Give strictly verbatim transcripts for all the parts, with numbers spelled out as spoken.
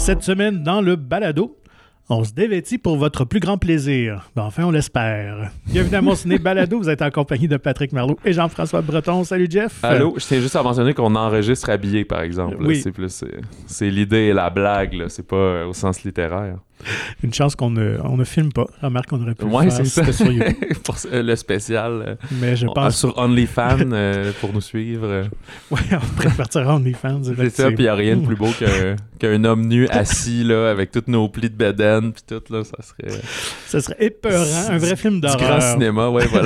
Cette semaine, dans le balado, on se dévêtit pour votre plus grand plaisir. Ben, enfin, on l'espère. Bienvenue à mon ciné balado. Vous êtes en compagnie de Patrick Marleau et Jean-François Breton. Salut, Jeff. Allô, je tiens juste à mentionner qu'on enregistre habillé, par exemple. Oui. Là. C'est plus, c'est, c'est l'idée et la blague, là. C'est pas euh, au sens littéraire. Une chance qu'on ne, on ne filme pas. Remarque qu'on aurait pu Ouais, le faire c'est ça. c'était sur YouTube. Pour euh, le spécial. euh, Mais je on- pense... sur OnlyFans euh, pour nous suivre. euh. Oui, on pourrait partir en OnlyFans. C'est ça, puis il n'y a rien de plus beau qu'un, qu'un homme nu assis là, avec tous nos plis de bedaine, puis tout, là, ça serait... Ça serait épeurant. Un vrai film Du d'horreur. grand cinéma, ouais, voilà.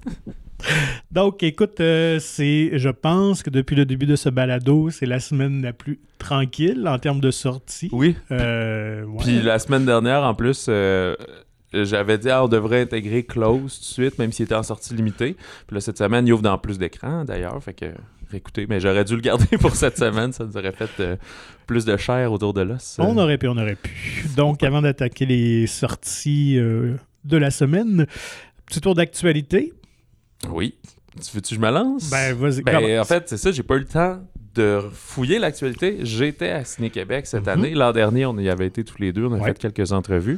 Donc, écoute, euh, c'est, je pense que depuis le début de ce balado, c'est la semaine la plus tranquille en termes de sortie. Oui. Euh, ouais. Puis la semaine dernière, en plus, euh, j'avais dit ah, on devrait intégrer Close tout de suite, même s'il était en sortie limitée. Puis là, cette semaine, il ouvre dans plus d'écrans, d'ailleurs. Fait que, réécoutez, mais j'aurais dû le garder pour cette semaine. Ça nous aurait fait euh, plus de chair autour de l'os. On aurait pu, on aurait pu. Donc, avant d'attaquer les sorties euh, de la semaine, petit tour d'actualité. Oui. Tu veux-tu que je me lance? Ben, vas-y. Ben, commence. en fait, c'est ça, j'ai pas eu le temps de fouiller l'actualité. J'étais à Ciné-Québec cette Mhm. année. L'an dernier, on y avait été tous les deux. On a Ouais. fait quelques entrevues.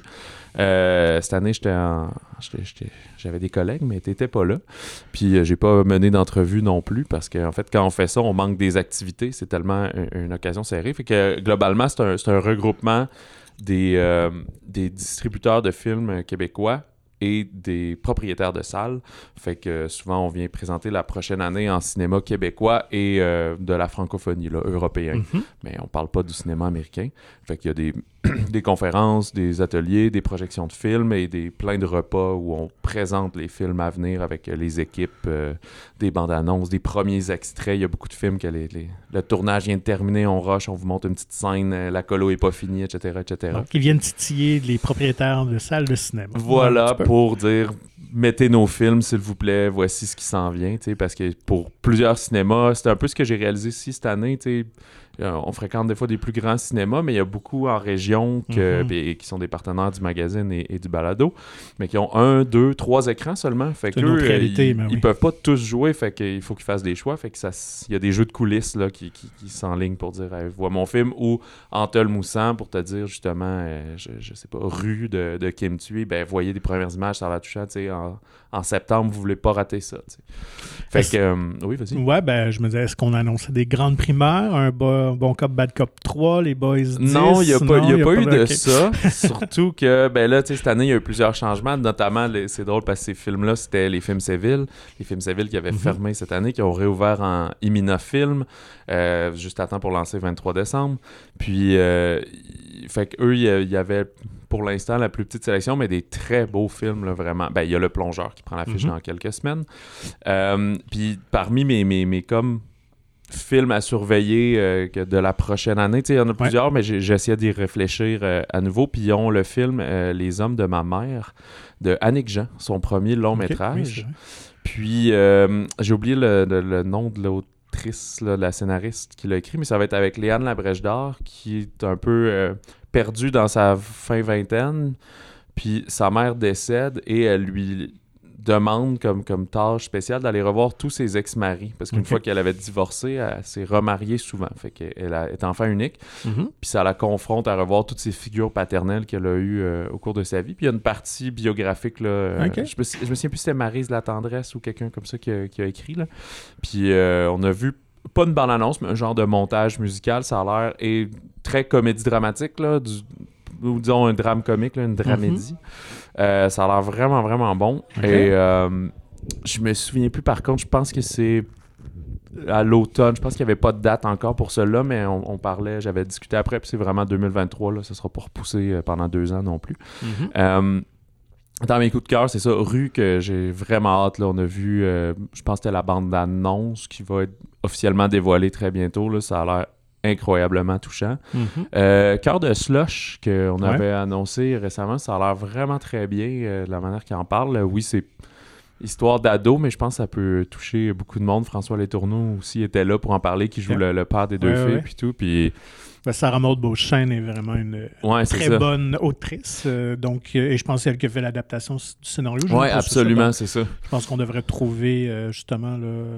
Euh, cette année, j'étais en... j'étais- j'étais- j'avais des collègues, mais t'étais pas là. Puis euh, j'ai pas mené d'entrevue non plus parce qu'en fait, quand on fait ça, on manque des activités. C'est tellement un- une occasion serrée. Fait que globalement, c'est un, c'est un regroupement des, euh, des distributeurs de films québécois et des propriétaires de salles. Fait que souvent, on vient présenter la prochaine année en cinéma québécois et euh, de la francophonie, là, européen. Mhm. Mais on parle pas du cinéma américain. Fait qu'il y a des, des conférences, des ateliers, des projections de films et des plein de repas où on présente les films à venir avec euh, les équipes, euh, des bandes annonces, des premiers extraits. Il y a beaucoup de films que les, les- le tournage vient de terminer, on rush, on vous montre une petite scène, euh, la colo est pas finie, et cetera, et cetera. Donc, ils viennent titiller les propriétaires de salles de cinéma. Un Voilà, petit peu. pour dire mettez nos films s'il vous plaît, voici ce qui s'en vient, tu sais, parce que pour plusieurs cinémas, c'est un peu ce que j'ai réalisé ici cette année, tu sais. Euh, on fréquente des fois des plus grands cinémas, mais il y a beaucoup en région que, Mhm. et- qui sont des partenaires du magazine et, et du balado, mais qui ont un, deux, trois écrans seulement. Fait C'est que une autre eux, réalité, ils, mais oui. ils peuvent pas tous jouer, fait qu'il faut qu'ils fassent des choix. Fait que ça, s- il y a des jeux de coulisses là, qui, qui, qui s'enlignent pour dire hey, vois mon film, ou Antel Moussant pour te dire justement, euh, je, je sais pas, Rue de, de Kim Thuy, ben voyez des premières images sur la touchante, tu sais, en, en septembre, vous voulez pas rater ça. tu sais. Fait Est-ce- que, euh, oui, vas-y. Ouais, ben, je me disais, est-ce qu'on annonçait des grandes primaires, un bo- bon cop, bad cop trois, les boys dix? Non, il n'y a pas, Non, il y a pas eu de ok. ça. Surtout que, ben là, tu sais, cette année, il y a eu plusieurs changements. Notamment, les- c'est drôle parce que ces films-là, c'était les films Séville. Les films Séville qui avaient Mhm. fermé cette année, qui ont réouvert en Imina Film, euh, juste à temps pour lancer le vingt-trois décembre. Puis, euh, il- fait qu'eux, il y a- il y avait pour l'instant la plus petite sélection, mais des très beaux films, là, vraiment. Ben, il y a Le Plongeur qui prend l'affiche Mhm. dans quelques semaines. Euh, puis, parmi mes, mes, mes comme films à surveiller euh, que de la prochaine année. Tu sais, il y en a plusieurs, mais j'ai, j'essaie d'y réfléchir euh, à nouveau. Puis ils ont le film euh, Les Hommes de ma mère de Annick Jean, son premier long Ok, oui, métrage. c'est vrai. Puis euh, j'ai oublié le, le- le nom de l'autrice, là, de la scénariste qui l'a écrit, mais ça va être avec Léane Labrèche d'Or, qui est un peu euh, perdue dans sa fin vingtaine. Puis sa mère décède et elle lui demande comme, comme tâche spéciale d'aller revoir tous ses ex-maris. Parce qu'une Ok. fois qu'elle avait divorcé, elle s'est remariée souvent. Fait qu'elle a- est enfant unique. Mhm. Puis ça la confronte à revoir toutes ces figures paternelles qu'elle a eues euh, au cours de sa vie. Puis il y a une partie biographique, là. euh, Ok. je, me, je me souviens plus si c'était Maryse la tendresse ou quelqu'un comme ça qui a, qui a écrit, là. Puis euh, on a vu, pas une bande-annonce, mais un genre de montage musical. Ça a l'air et très comédie dramatique, là. Du, ou disons un drame comique, là, une dramédie. Euh, ça a l'air vraiment, vraiment bon. Ok. Et euh, je me souviens plus, par contre, je pense que c'est à l'automne. Je pense qu'il n'y avait pas de date encore pour cela, mais on, on parlait, j'avais discuté après, puis c'est vraiment deux mille vingt-trois, là, ça sera pas repoussé euh, pendant deux ans non plus. Mhm. Euh, dans mes coups de cœur, c'est ça, Rue, que j'ai vraiment hâte. Là, on a vu, euh, je pense que c'était la bande d'annonce qui va être officiellement dévoilée très bientôt. Là, ça a l'air incroyablement touchant. Mhm. Euh, Cœur de Slush, qu'on Ouais. avait annoncé récemment, ça a l'air vraiment très bien euh, de la manière qu'il en parle. Oui, c'est histoire d'ado, mais je pense que ça peut toucher beaucoup de monde. François Letourneau aussi était là pour en parler, qui joue Ouais. le, le père des deux Ouais, filles, ouais. puis tout. Puis, Ben, Sarah Maud Beauchesne est vraiment une ouais, c'est très ça. bonne autrice. euh, donc, euh, et je pense que c'est elle qui a fait l'adaptation s- du scénario. Je Oui, pense que c'est ça. absolument, Donc, c'est ça. je pense qu'on devrait trouver euh, justement là,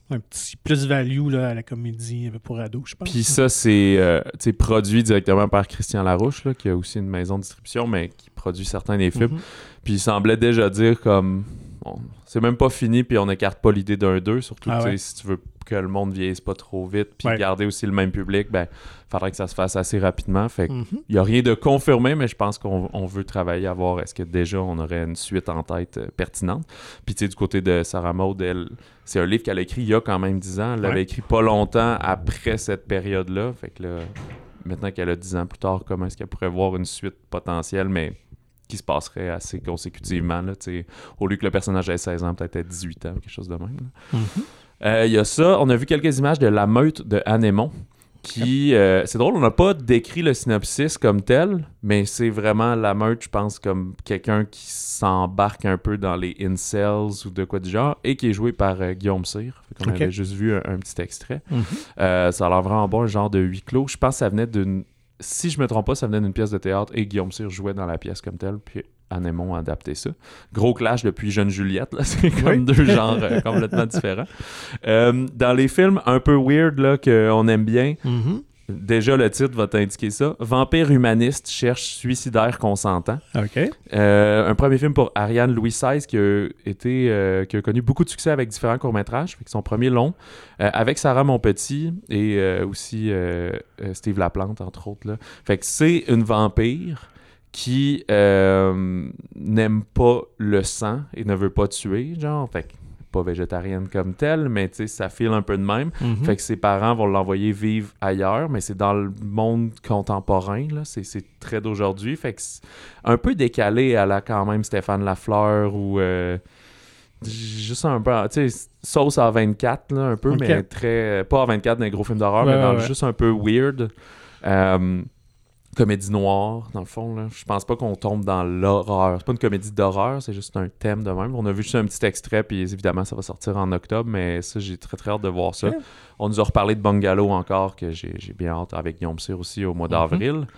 un petit plus-value là, à la comédie pour ados, je pense. Puis ça, c'est euh, produit directement par Christian Larouche, là, qui a aussi une maison de distribution, mais qui produit certains des films. Mm-hmm. Puis il semblait déjà dire comme... Bon, c'est même pas fini, puis on n'écarte pas l'idée d'un deux, surtout ah ouais. si tu veux que le monde vieillisse pas trop vite, puis ouais. garder aussi le même public, ben faudrait que ça se fasse assez rapidement. Fait qu'il mm-hmm. y a rien de confirmé, mais je pense qu'on on veut travailler à voir est-ce que déjà on aurait une suite en tête euh, pertinente. Puis tu sais, du côté de Sarah Maud, elle, c'est un livre qu'elle a écrit il y a quand même dix ans. Elle l'avait ouais. écrit pas longtemps après cette période-là. Fait que là, maintenant qu'elle a dix ans plus tard, comment est-ce qu'elle pourrait voir une suite potentielle, mais qui se passerait assez consécutivement. Là, au lieu que le personnage ait seize ans, peut-être à dix-huit ans, quelque chose de même. Il mm-hmm. euh, y a ça. On a vu quelques images de La Meute de Anémon. Qui, euh, c'est drôle, on n'a pas décrit le synopsis comme tel, mais c'est vraiment La Meute, je pense, comme quelqu'un qui s'embarque un peu dans les incels ou de quoi du genre, et qui est joué par euh, Guillaume Cyr. On okay. avait juste vu un, un petit extrait. Mm-hmm. Euh, ça a l'air vraiment bon, un genre de huis clos. Je pense que ça venait d'une... Si je me trompe pas, ça venait d'une pièce de théâtre et Guillaume Cyr jouait dans la pièce comme telle, puis Anémon a adapté ça. Gros clash depuis Jeune Juliette, là. C'est comme oui. deux genres euh, complètement différents. Euh, dans les films un peu weird là, qu'on aime bien, mm-hmm. déjà le titre va t'indiquer ça. Vampire humaniste cherche suicidaire consentant. Okay. Euh, un premier film pour Ariane Louis seize qui a, été, euh, qui a connu beaucoup de succès avec différents courts-métrages. Fait que son premier long, euh, avec Sarah Monpetit et euh, aussi euh, Steve Laplante, entre autres. Là. Fait que c'est une vampire qui euh, n'aime pas le sang et ne veut pas tuer, genre, fait que pas végétarienne comme telle, mais tu sais, ça file un peu de même. Mm-hmm. Fait que ses parents vont l'envoyer vivre ailleurs, mais c'est dans le monde contemporain, là, c'est, c'est très d'aujourd'hui, fait que c'est un peu décalé à la quand même Stéphane Lafleur ou euh, juste un peu, tu sais, sauce à vingt-quatre, là, un peu, okay. mais très, pas à vingt-quatre dans les gros films d'horreur, ouais, mais dans ouais. juste un peu weird. Euh, comédie noire, dans le fond. Là. Je pense pas qu'on tombe dans l'horreur. C'est pas une comédie d'horreur, c'est juste un thème de même. On a vu juste un petit extrait, puis évidemment, ça va sortir en octobre, mais ça, j'ai très très hâte de voir ça. Yeah. On nous a reparlé de Bungalow encore, que j'ai, j'ai bien hâte, avec Guillaume Cyr aussi, au mois d'avril. Mm-hmm.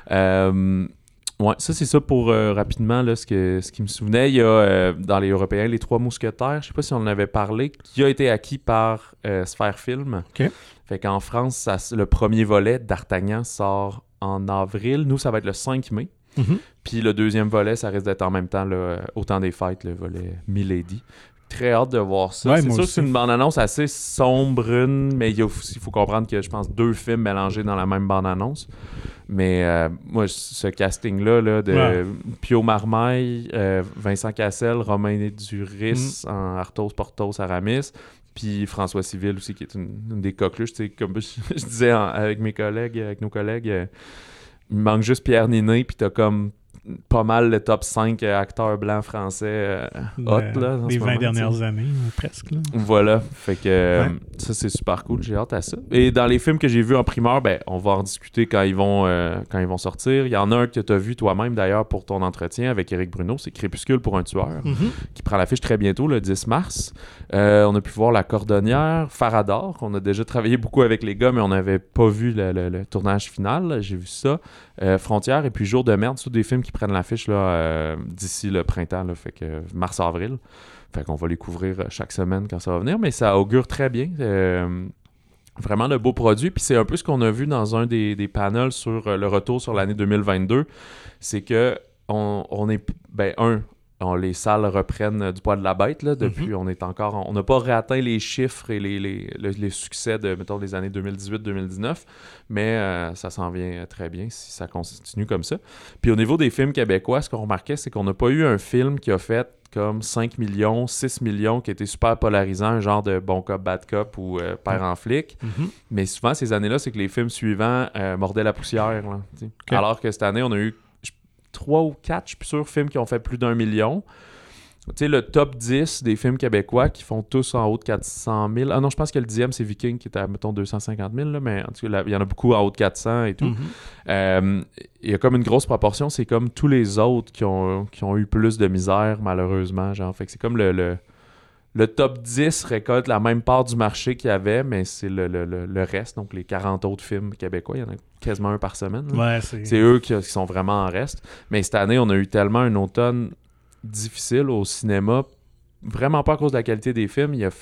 Euh, ouais, ça, c'est ça pour euh, rapidement, là, ce, que, ce qui me souvenait. Il y a, euh, dans les Européens, Les Trois Mousquetaires, je sais pas si on en avait parlé, qui a été acquis par euh, Sphere Film. Okay. Fait qu'en France, ça, le premier volet d'Artagnan sort en avril. Nous, ça va être le cinq mai. Mm-hmm. Puis le deuxième volet, ça risque d'être en même temps, là, au temps des fêtes, le volet Milady. Très hâte de voir ça. Ouais, c'est sûr aussi. que c'est une bande-annonce assez sombre, brune, mais il, y a, il faut comprendre que je pense deux films mélangés dans la même bande-annonce. Mais euh, moi, ce casting-là, là, de ouais. Pio Marmaille, euh, Vincent Cassel, Romain Duris mm. en Arthos, Porthos, Aramis, puis François Civil aussi, qui est une, une des coqueluches. Comme je, je disais en, avec mes collègues, avec nos collègues, euh, il manque juste Pierre Ninet, puis t'as comme pas mal le top cinq acteurs blancs français euh, hot, ben, là. Les vingt dernières t'sais. années, presque. Là. Voilà. Fait que euh, ouais. ça, c'est super cool. J'ai hâte à ça. Et dans les films que j'ai vus en primeur, ben, on va en discuter quand ils vont, euh, quand ils vont sortir. Il y en a un que tu as vu toi-même, d'ailleurs, pour ton entretien avec Éric Bruno. C'est Crépuscule pour un tueur, mm-hmm. qui prend l'affiche très bientôt, le dix mars. Euh, on a pu voir La Cordonnière, Farador, qu'on a déjà travaillé beaucoup avec les gars, mais on n'avait pas vu le, le, le tournage final. J'ai vu ça. Euh, Frontières et puis Jour de merde, c'est tous des films qui prennent l'affiche là, euh, d'ici le printemps, là, fait que mars-avril. Fait qu'on va les couvrir chaque semaine quand ça va venir, mais ça augure très bien. Euh, vraiment de beaux produits. Puis c'est un peu ce qu'on a vu dans un des, des panels sur euh, le retour sur l'année deux mille vingt-deux. C'est que on, on est, ben un, on, les salles reprennent du poids de la bête. Là, depuis, mm-hmm. on est encore, on n'a pas réatteint les chiffres et les, les, les, les succès de, mettons, des années deux mille dix-huit deux mille dix-neuf, mais euh, ça s'en vient très bien si ça continue comme ça. Puis au niveau des films québécois, ce qu'on remarquait, c'est qu'on n'a pas eu un film qui a fait comme cinq millions, six millions, qui était super polarisant, un genre de Bon Cop, Bad Cop ou euh, Père en flic. Mm-hmm. Mais souvent, ces années-là, c'est que les films suivants euh, mordaient la poussière. Là, okay. Alors que cette année, on a eu trois ou quatre, je suis plus sûr, films qui ont fait plus d'un million. Tu sais, le top dix des films québécois qui font tous en haut de quatre cent mille. Ah non, je pense que le dixième, c'est Viking qui est à, mettons, deux cent cinquante mille, là, mais en tout cas, il y en a beaucoup en haut de quatre cents et tout. Mm-hmm. Euh, il y a comme une grosse proportion, c'est comme tous les autres qui ont, qui ont eu plus de misère, malheureusement. Genre, fait que c'est comme le, le, le top dix récolte la même part du marché qu'il y avait, mais c'est le, le, le, le reste, donc les quarante autres films québécois. Il y en a quasiment un par semaine. Ouais, c'est... c'est eux qui, qui sont vraiment en reste. Mais cette année, on a eu tellement un automne difficile au cinéma, vraiment pas à cause de la qualité des films. Il a fait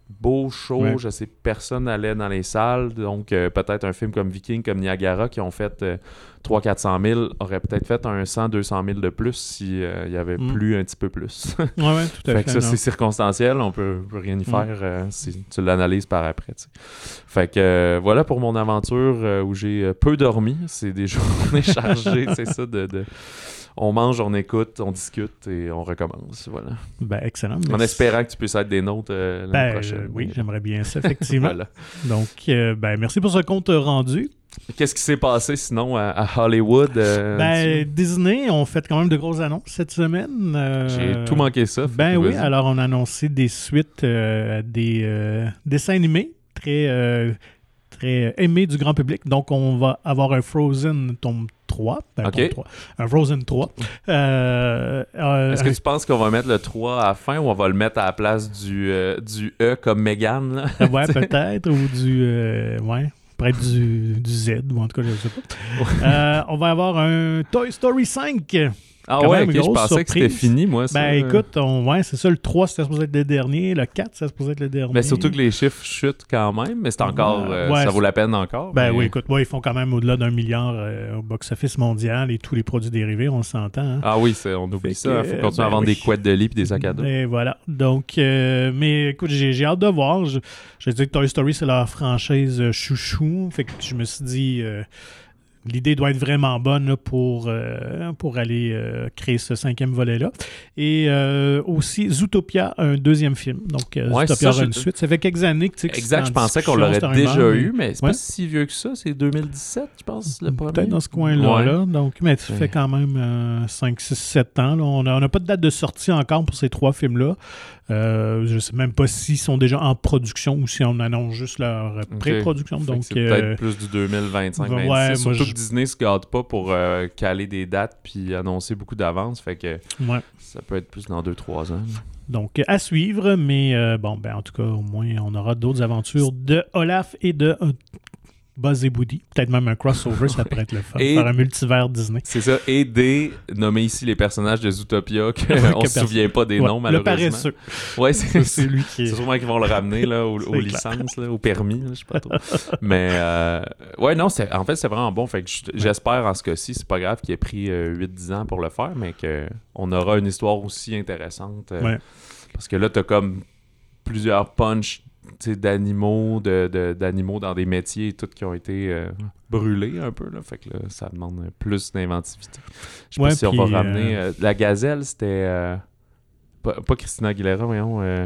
beau show, Ouais. je sais personne n'allait dans les salles, donc euh, peut-être un film comme Viking, comme Niagara, qui ont fait euh, trois cents à quatre cent mille, aurait peut-être fait un cent à deux cent mille de plus s'il euh, y avait Mm. plu un petit peu plus. Ouais, ouais, tout à Fait fait. que ça, non. c'est circonstanciel, on peut, peut rien y Mm. faire euh, si tu l'analyses par après. Tu sais. Fait que euh, voilà pour mon aventure euh, où j'ai euh, peu dormi. C'est des journées chargées, c'est ça, de, de... On mange, on écoute, on discute et on recommence. Voilà. Ben, excellent. En Merci. espérant que tu puisses être des nôtres euh, l'année Ben, prochaine. euh, oui, j'aimerais bien ça, effectivement. Voilà. Donc, euh, ben, merci pour ce compte rendu. Qu'est-ce qui s'est passé sinon à, à Hollywood? euh, Ben, tu- Disney ont fait quand même de grosses annonces cette semaine. Euh, J'ai tout manqué ça. fait Ben que oui, vas-y. alors on a annoncé des suites euh, à des euh, dessins animés très, euh, très aimés du grand public. Donc, on va avoir un Frozen tome trois. Ben, Ok. tome trois. Un Frozen trois. Euh, euh, Est-ce que tu penses qu'on va mettre le trois à la fin ou on va le mettre à la place du, euh, du E comme Megan? Là? euh, ouais, peut-être, ou du... euh, ouais, peut-être du, du Z, ou en tout cas, je ne sais pas. Euh, on va avoir un Toy Story cinq. Ah Quand ouais, même ok, une je grosse pensais que c'était surprise. fini, moi. Ça. Ben écoute, on, ouais, c'est ça, le trois, c'était supposé être le dernier, le quatre, c'est supposé être le dernier. Mais surtout que les chiffres chutent quand même, mais c'est encore. Ouais, euh, ouais, ça c'est- vaut la peine encore. Ben mais- oui, écoute, moi, ils font quand même au-delà d'un milliard euh, au box-office mondial et tous les produits dérivés, on s'entend. Hein? Ah oui, c'est- on oublie Fait ça. que, Il faut euh, continuer à ben vendre oui. des couettes de lit et des sacs à dos. Et voilà. Donc, euh, mais écoute, j'ai, j'ai hâte de voir. Je, je dis que Toy Story, c'est leur franchise euh, chouchou. Fait que je me suis dit, euh, l'idée doit être vraiment bonne là, pour, euh, pour aller euh, créer ce cinquième volet-là. Et euh, aussi, Zootopia, un deuxième film. Donc, euh, Ouais, Zootopia ça, aura je- une suite. Ça fait quelques années que tu sais que Exact, c'est je en pensais qu'on discussion, l'aurait cette déjà rumeur, eu, mais c'est Ouais. pas si vieux que ça. C'est deux mille dix-sept, je pense, le premier. Peut-être dans ce coin-là. Ouais. Là. Donc, mais ça Ouais. fait quand même euh, cinq, six, sept ans. Là. On n'a pas de date de sortie encore pour ces trois films-là. Euh, je ne sais même pas s'ils sont déjà en production ou si on annonce juste leur euh, Ok. pré-production. Fait que Donc, c'est euh, peut-être plus du deux mille vingt-cinq ouais, vingt-six. moi, Surtout je- que Disney se gâte pas pour euh, caler des dates puis annoncer beaucoup d'avance. Fait que ouais. ça peut être plus dans deux trois ans. Donc, à suivre, mais euh, bon, ben, en tout cas, au moins, on aura d'autres aventures de Olaf et de euh, Buzz et Woody. Peut-être même un crossover, ça pourrait être le fun. Et- Faire un multivers Disney. C'est ça. Et des nommer ici les personnages de Zootopia qu'on que ne se personne- souvient pas des Ouais, noms, le malheureusement. paresseux. Ouais, Ça, c'est c'est lui qui C'est est... sûrement qu'ils vont le ramener là, aux, C'est aux clair. licences, là, au permis, là, je sais pas trop. Mais euh, ouais, non, c'est, en fait, c'est vraiment bon. Fait que j- j'espère en ce cas-ci, c'est pas grave qu'il ait pris euh, huit dix ans pour le faire, mais qu'on aura une histoire aussi intéressante. euh, Ouais. Parce que là, t'as comme plusieurs punchs tu sais, d'animaux, de, de- d'animaux dans des métiers et tout qui ont été euh, brûlés un peu. Là. Fait que là, ça demande plus d'inventivité. Je sais Ouais, pas si on puis, va ramener. euh, euh, la gazelle, c'était. euh, pas, pas Christina Aguilera, voyons. euh,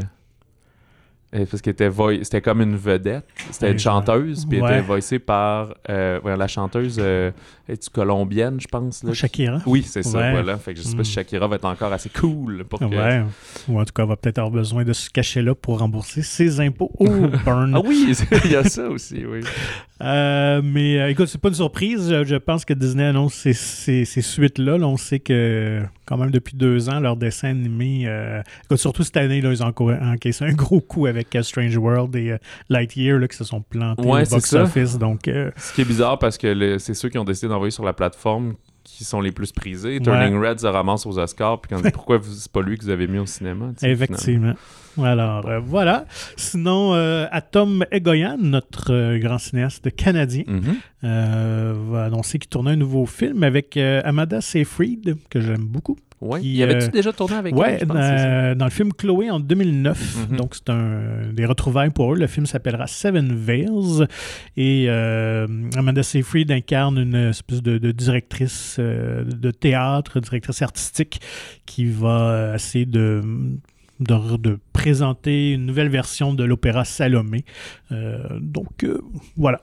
euh, parce qu'elle était, voi- c'était comme une vedette. C'était Ouais, une chanteuse, puis elle ouais. était voicée par euh, ouais, la chanteuse euh, est-tu colombienne, je pense. Là, Shakira. Oui, c'est ça, Ouais. voilà. Fait que je sais pas si Mm. Shakira va être encore assez cool pour que... Ouais. Ou en tout cas, on va peut-être avoir besoin de se cacher là pour rembourser ses impôts au burn. Ah oui, il y a ça aussi, oui. Euh, mais euh, écoute, c'est pas une surprise. Je, je pense que Disney annonce ces, ces, ces suites-là. Là, on sait que quand même depuis deux ans, leurs dessins animés, euh, écoute, surtout cette année, là, ils ont enco- encaissé un gros coup avec euh, Strange World et euh, Lightyear là, qui se sont plantés Ouais, au c'est ça. box-office. Donc, euh, Ce qui est bizarre parce que le- c'est ceux qui ont décidé d'envoyer sur la plateforme qui sont les plus prisés. Turning Red se ramasse aux Oscars, puis qu'on dit pourquoi vous- c'est pas lui que vous avez mis au cinéma. tu sais, effectivement. Alors, euh, voilà. Sinon, euh, Atom Egoyan, notre euh, grand cinéaste canadien, finalement. Mhm. euh, va annoncer qu'il tournait un nouveau film avec euh, Amanda Seyfried, que j'aime beaucoup. Ouais. Qui, Y avait-tu euh, déjà tourné avec Ouais, elle, je pense, c'est ça? euh, dans le film Chloé en deux mille neuf. Mhm. Donc, c'est un des retrouvailles pour eux. Le film s'appellera Seven Veils. Et euh, Amanda Seyfried incarne une espèce de, de directrice euh, de théâtre, directrice artistique, qui va essayer de. De, de présenter une nouvelle version de l'opéra Salomé. Euh, donc, euh, voilà.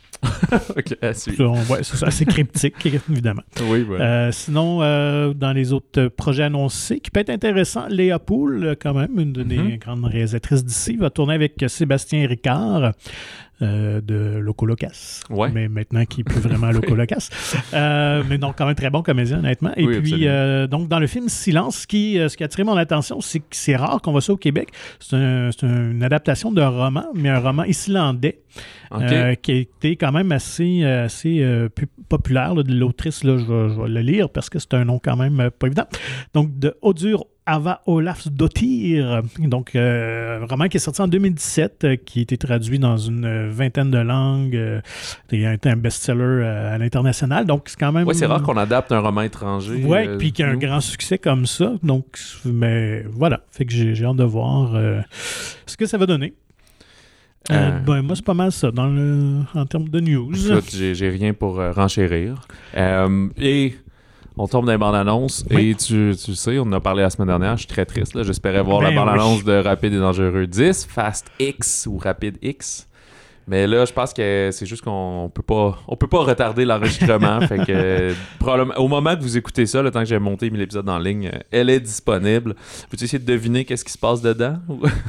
Ok, à suivre. On- ouais, c'est assez cryptique, évidemment. Oui, voilà. Euh, sinon, euh, dans les autres projets annoncés, qui peut être intéressant, Léa Poul, euh, quand même, une des Mhm. grandes réalisatrices d'ici, va tourner avec Sébastien Ricard euh, de Loco Locas. Ouais. Mais maintenant qui n'est plus vraiment Loco Locas. Euh, mais donc, quand même très bon comédien, honnêtement. Et Oui, puis, absolument. euh, donc, dans le film Silence, ce qui, euh, ce qui a attiré mon attention, c'est que c'est rare qu'on voit ça au Québec. C'est un- c'est une adaptation d'un roman, mais un roman islandais. Ok. Euh, qui a été quand même assez, euh, assez euh, pu- populaire. Là, de l'autrice, là, je, vais, je vais le lire parce que c'est un nom quand même euh, pas évident. Donc, de Odur Ava Ólafsdóttir, donc euh, un roman qui est sorti en deux mille dix-sept, euh, qui a été traduit dans une vingtaine de langues, euh, il a été un best-seller euh, à l'international, donc c'est quand même... Oui, c'est rare qu'on adapte un roman étranger. Oui, euh, puis qu'il y a un nous. grand succès comme ça, donc, mais voilà, fait que j'ai, j'ai hâte de voir euh, ce que ça va donner. Euh, Euh, ben, moi, c'est pas mal ça, dans le, en termes de news. Écoute, j'ai, j'ai rien pour euh, renchérir. Euh, et... On tombe dans les bandes-annonces Oui. et tu, tu sais, on en a parlé la semaine dernière, je suis très triste. Là. J'espérais voir Ben la bande-annonce oui. de Rapide et Dangereux dix, Fast X ou Rapide X. Mais là, je pense que c'est juste qu'on peut pas on peut pas retarder l'enregistrement. Fait que euh, probablement, au moment que vous écoutez ça, le temps que j'ai monté mis l'épisode en ligne, euh, elle est disponible. Peux-tu essayer de deviner qu'est-ce qui se passe dedans?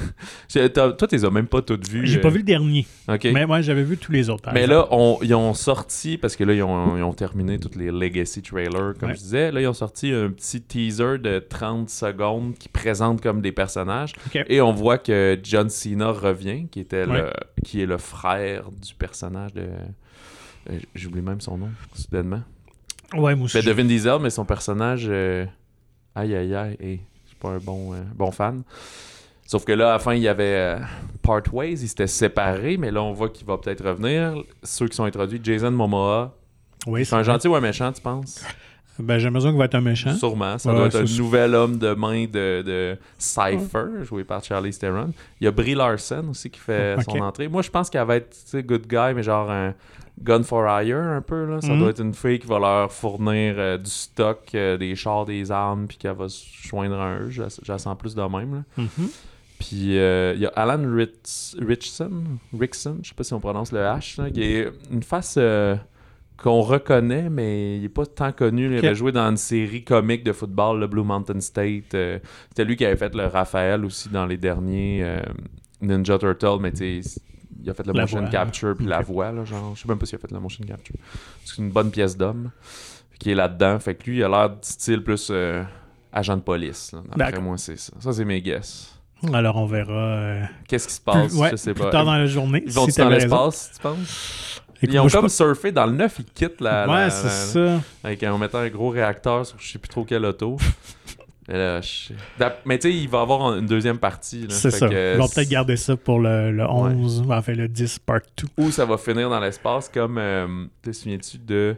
J'ai- t'as- Toi, tu les as même pas toutes vues. J'ai euh, pas vu le dernier, OK. mais moi, j'avais vu tous les autres. par Mais exemple. là, on, ils ont sorti, parce que là, ils ont, ils ont terminé tous les Legacy trailers, comme Ouais. je disais. Là, ils ont sorti un petit teaser de trente secondes qui présente comme des personnages. OK. Et on voit que John Cena revient, qui, était Ouais. le, qui est le frère du personnage de... euh, J'oublie même son nom, soudainement. Ouais, moi aussi. Ben, de Vin Diesel, mais son personnage... euh, Aïe, aïe, aïe. Hey, je suis pas un bon, euh, bon fan. Sauf que là, à la fin, il y avait euh, Part Ways, ils s'étaient séparés, mais là, on voit qu'il va peut-être revenir. Ceux qui sont introduits, Jason Momoa. Oui, C'est un gentil ou un méchant, tu penses? Ben, j'ai l'impression qu'il va être un méchant. Sûrement. Ça Ouais, doit être c'est un sûr. nouvel homme de main de, de Cypher, joué par Charlize Theron. Il y a Brie Larson aussi qui fait Ok. son entrée. Moi, je pense qu'elle va être, tu sais, good guy, mais genre un gun for hire un peu. Là. Ça Mhm. doit être une fille qui va leur fournir euh, du stock, euh, des chars, des armes, puis qu'elle va se joindre à eux. Je la- je la sens plus de même. Là. Mhm. Puis euh, il y a Alan Ritz- Richson, Rickson, je sais pas si on prononce le H, là, qui est une face euh, qu'on reconnaît, mais il est pas tant connu. Il Ok. avait joué dans une série comique de football, le Blue Mountain State. euh, C'était lui qui avait fait le Raphaël aussi dans les derniers euh, Ninja Turtle, mais tu sais, il a fait le La motion voix. capture puis la Ok. voix, là, genre, je sais même pas s'il a fait le motion capture. C'est une bonne pièce d'homme qui est là-dedans. Fait que lui, il a l'air de style plus euh, agent de police. Là. D'après D'accord. moi, c'est ça. Ça, c'est mes guess. Alors, on verra euh, Qu'est-ce qui se plus, passe? ouais, Je sais plus pas. tard dans la journée. Ils vont si dans t'avais raison. l'espace, tu penses? Écoute, Ils ont moi, je comme suis surfé dans le neuf, ils quittent la... pas- la- Ouais, c'est la- ça. Avec, en mettant un gros réacteur sur je sais plus trop quelle auto. Et là, je- D'ap- Mais tu sais, il va y avoir une deuxième partie. Là. C'est Fait ça. que, Ils vont peut-être garder ça pour le, le onze, enfin le dix part deux. Ou ça va finir dans l'espace comme... euh, te souviens-tu de...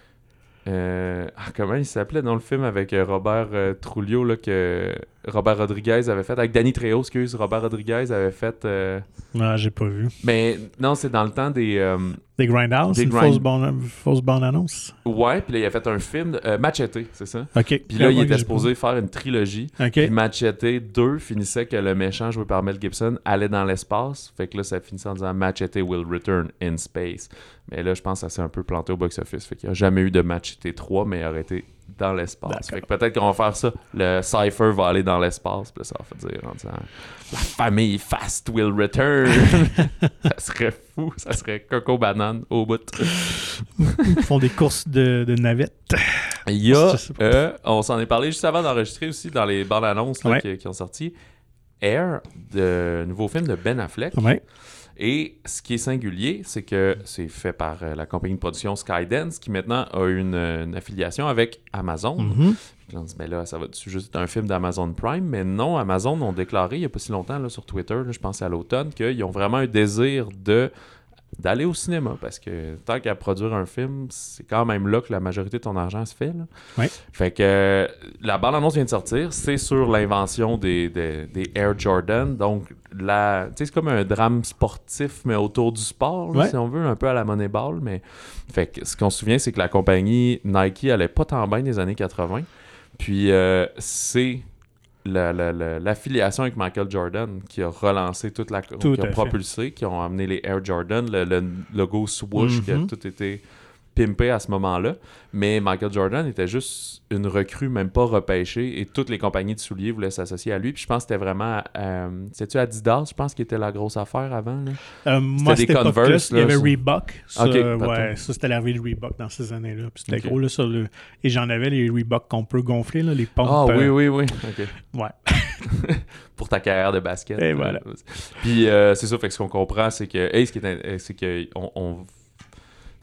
euh, ah, comment il s'appelait dans le film avec euh, Robert euh, Trujillo, là, que Robert Rodriguez avait fait, avec Danny Trejo, excuse, Robert Rodriguez avait fait... euh, Non, j'ai pas vu. Mais non, c'est dans le temps des... euh, Des Grindhouse, Des une grind- fausse bande, fausse bande-annonce. Ouais, puis là, il a fait un film, euh, Machete, c'est ça? OK. Puis là, il Ouais, était j'ai supposé faire une trilogie. pas- OK. Puis Machete deux finissait que le méchant joué par Mel Gibson allait dans l'espace. Fait que là, ça finissait en disant Machete will return in space. Mais là, je pense que ça s'est un peu planté au box-office. Fait qu'il n'y a jamais eu de Machete trois, mais il aurait été dans l'espace. D'accord. Fait que peut-être qu'on va faire ça. Le Cypher va aller dans l'espace. Puis là, ça va faire dire en disant La famille Fast will return. Ça serait fou. Ça serait Coco Banane au bout. Ils font des courses de, de navettes. Il y a, Je sais pas. euh, on s'en est parlé juste avant d'enregistrer aussi dans les bandes annonces là, Ouais. qui, qui ont sorti. Air, de nouveau film de Ben Affleck. Ouais. Et ce qui est singulier, c'est que c'est fait par euh, la compagnie de production Skydance qui maintenant a une, une affiliation avec Amazon. Mhm. Puis on dit, ben là, ça va être juste un film d'Amazon Prime. Mais non, Amazon ont déclaré il n'y a pas si longtemps là, sur Twitter, là, je pense à l'automne, qu'ils ont vraiment un désir de d'aller au cinéma parce que tant qu'à produire un film, c'est quand même là que la majorité de ton argent se fait. Là. Ouais. Fait que euh, la bande-annonce vient de sortir, c'est sur l'invention des, des, des Air Jordan. Donc, la, tu sais, c'est comme un drame sportif, mais autour du sport, là, Ouais. si on veut, un peu à la Moneyball. Mais fait que ce qu'on se souvient, c'est que la compagnie Nike allait pas tant bien des années quatre-vingts. Puis euh, c'est la- la- la- l'affiliation avec Michael Jordan qui a relancé toute la... Tout qui a à fait. propulsé, qui ont amené les Air Jordan, le, le logo swoosh qui a Mhm. tout été pimpé à ce moment-là. Mais Michael Jordan était juste une recrue, même pas repêchée, et toutes les compagnies de souliers voulaient s'associer à lui. Puis je pense que c'était vraiment... Euh, C'était-tu Adidas, je pense, qui était la grosse affaire avant, là? Euh, moi, des c'était pas Converse, plus. Il y là, avait ça. Reebok. Ça, Ok, ouais, pardon. ça c'était l'arrivée de Reebok dans ces années-là. Puis c'était Ok. gros, là, sur le... Et j'en avais les Reebok qu'on peut gonfler, là, les pompes. Ah oui, euh, oui, oui. OK. Ouais. Pour ta carrière de basket. Et euh, voilà. Puis euh, c'est ça, fait que ce qu'on comprend, c'est que... Hey, ce qui est, in- c'est que on, on-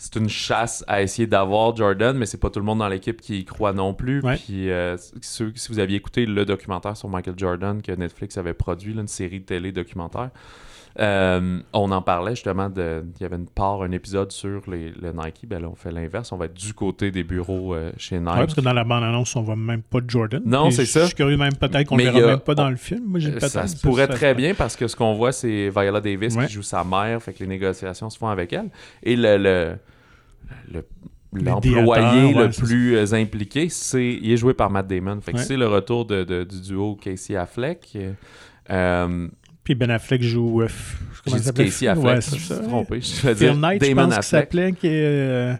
c'est une chasse à essayer d'avoir Jordan, mais c'est pas tout le monde dans l'équipe qui y croit non plus. Ouais. Puis euh, ceux, si vous aviez écouté le documentaire sur Michael Jordan que Netflix avait produit, là, une série de télé documentaire, Euh, on en parlait justement de il y avait une part, un épisode sur les, le Nike. Ben là, on fait l'inverse. On va être du côté des bureaux euh, chez Nike. Oui, parce que dans la bande-annonce, on voit même pas de Jordan. Non, c'est je, ça. Je suis curieux même peut-être qu'on Mais le verra a, même pas dans on, le film. Moi, j'ai ça se pourrait ça, très ça. bien parce que ce qu'on voit, c'est Viola Davis ouais. qui joue sa mère. Fait que les négociations se font avec elle. Et le, le, le l'employé ouais, le plus ça. impliqué, c'est il est joué par Matt Damon. Fait que ouais. c'est le retour de, de, du duo Casey Affleck. Euh, Puis Ben Affleck joue... Euh, comment J'ai dit Casey Affleck, ouais, je me suis trompé. Je vais dire Knight, Damon je pense Affleck. Qu'il s'appelait, qui, est, euh,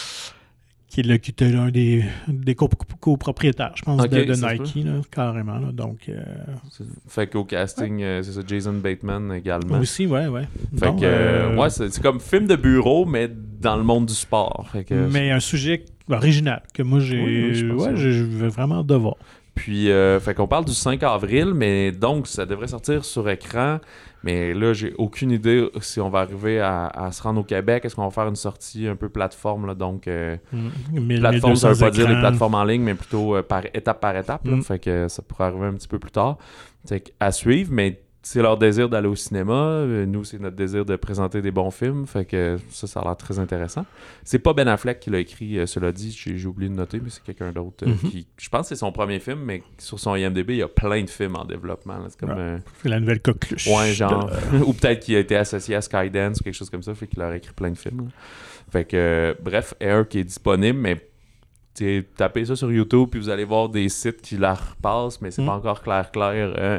qui, est le, qui était l'un des, des copropriétaires, je pense, okay, de, de Nike, là, carrément. Là, donc, euh... Fait qu'au casting, ouais. euh, c'est ça, Jason Bateman également. Aussi, ouais, ouais. Fait bon, que, euh... ouais, c'est, c'est comme film de bureau, mais dans le monde du sport. Fait que, mais un sujet original que moi, j'ai, oui, je, ouais, je, je veux vraiment devoir. Puis, euh, fait qu'on parle du cinq avril, mais donc, ça devrait sortir sur écran. Mais là, j'ai aucune idée si on va arriver à, à se rendre au Québec. Est-ce qu'on va faire une sortie un peu plateforme, là, donc... Euh, mmh. Plateforme, ça veut pas dire les plateformes en ligne, mais plutôt euh, par étape par étape. Là, mmh. Fait que ça pourrait arriver un petit peu plus tard. C'est à suivre, mais... C'est leur désir d'aller au cinéma. Nous, c'est notre désir de présenter des bons films. Fait que ça, ça a l'air très intéressant. C'est pas Ben Affleck qui l'a écrit, euh, cela dit. J'ai, j'ai oublié de noter, mais c'est quelqu'un d'autre. Euh, mm-hmm. qui, je pense que c'est son premier film, mais sur son I M D B, il y a plein de films en développement. Là. C'est comme... Ouais. Euh... C'est la nouvelle coqueluche. Ouais, genre. Ou peut-être qu'il a été associé à Skydance ou quelque chose comme ça. Fait qu'il a écrit plein de films. Là. Fait que, euh, bref, Air qui est disponible, mais... T'sais, tapez ça sur YouTube, puis vous allez voir des sites qui la repassent, mais c'est mm. pas encore clair, clair. Hein.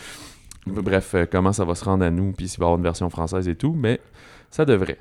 Bref, euh, comment ça va se rendre à nous, puis s'il va y avoir une version française et tout, mais ça devrait.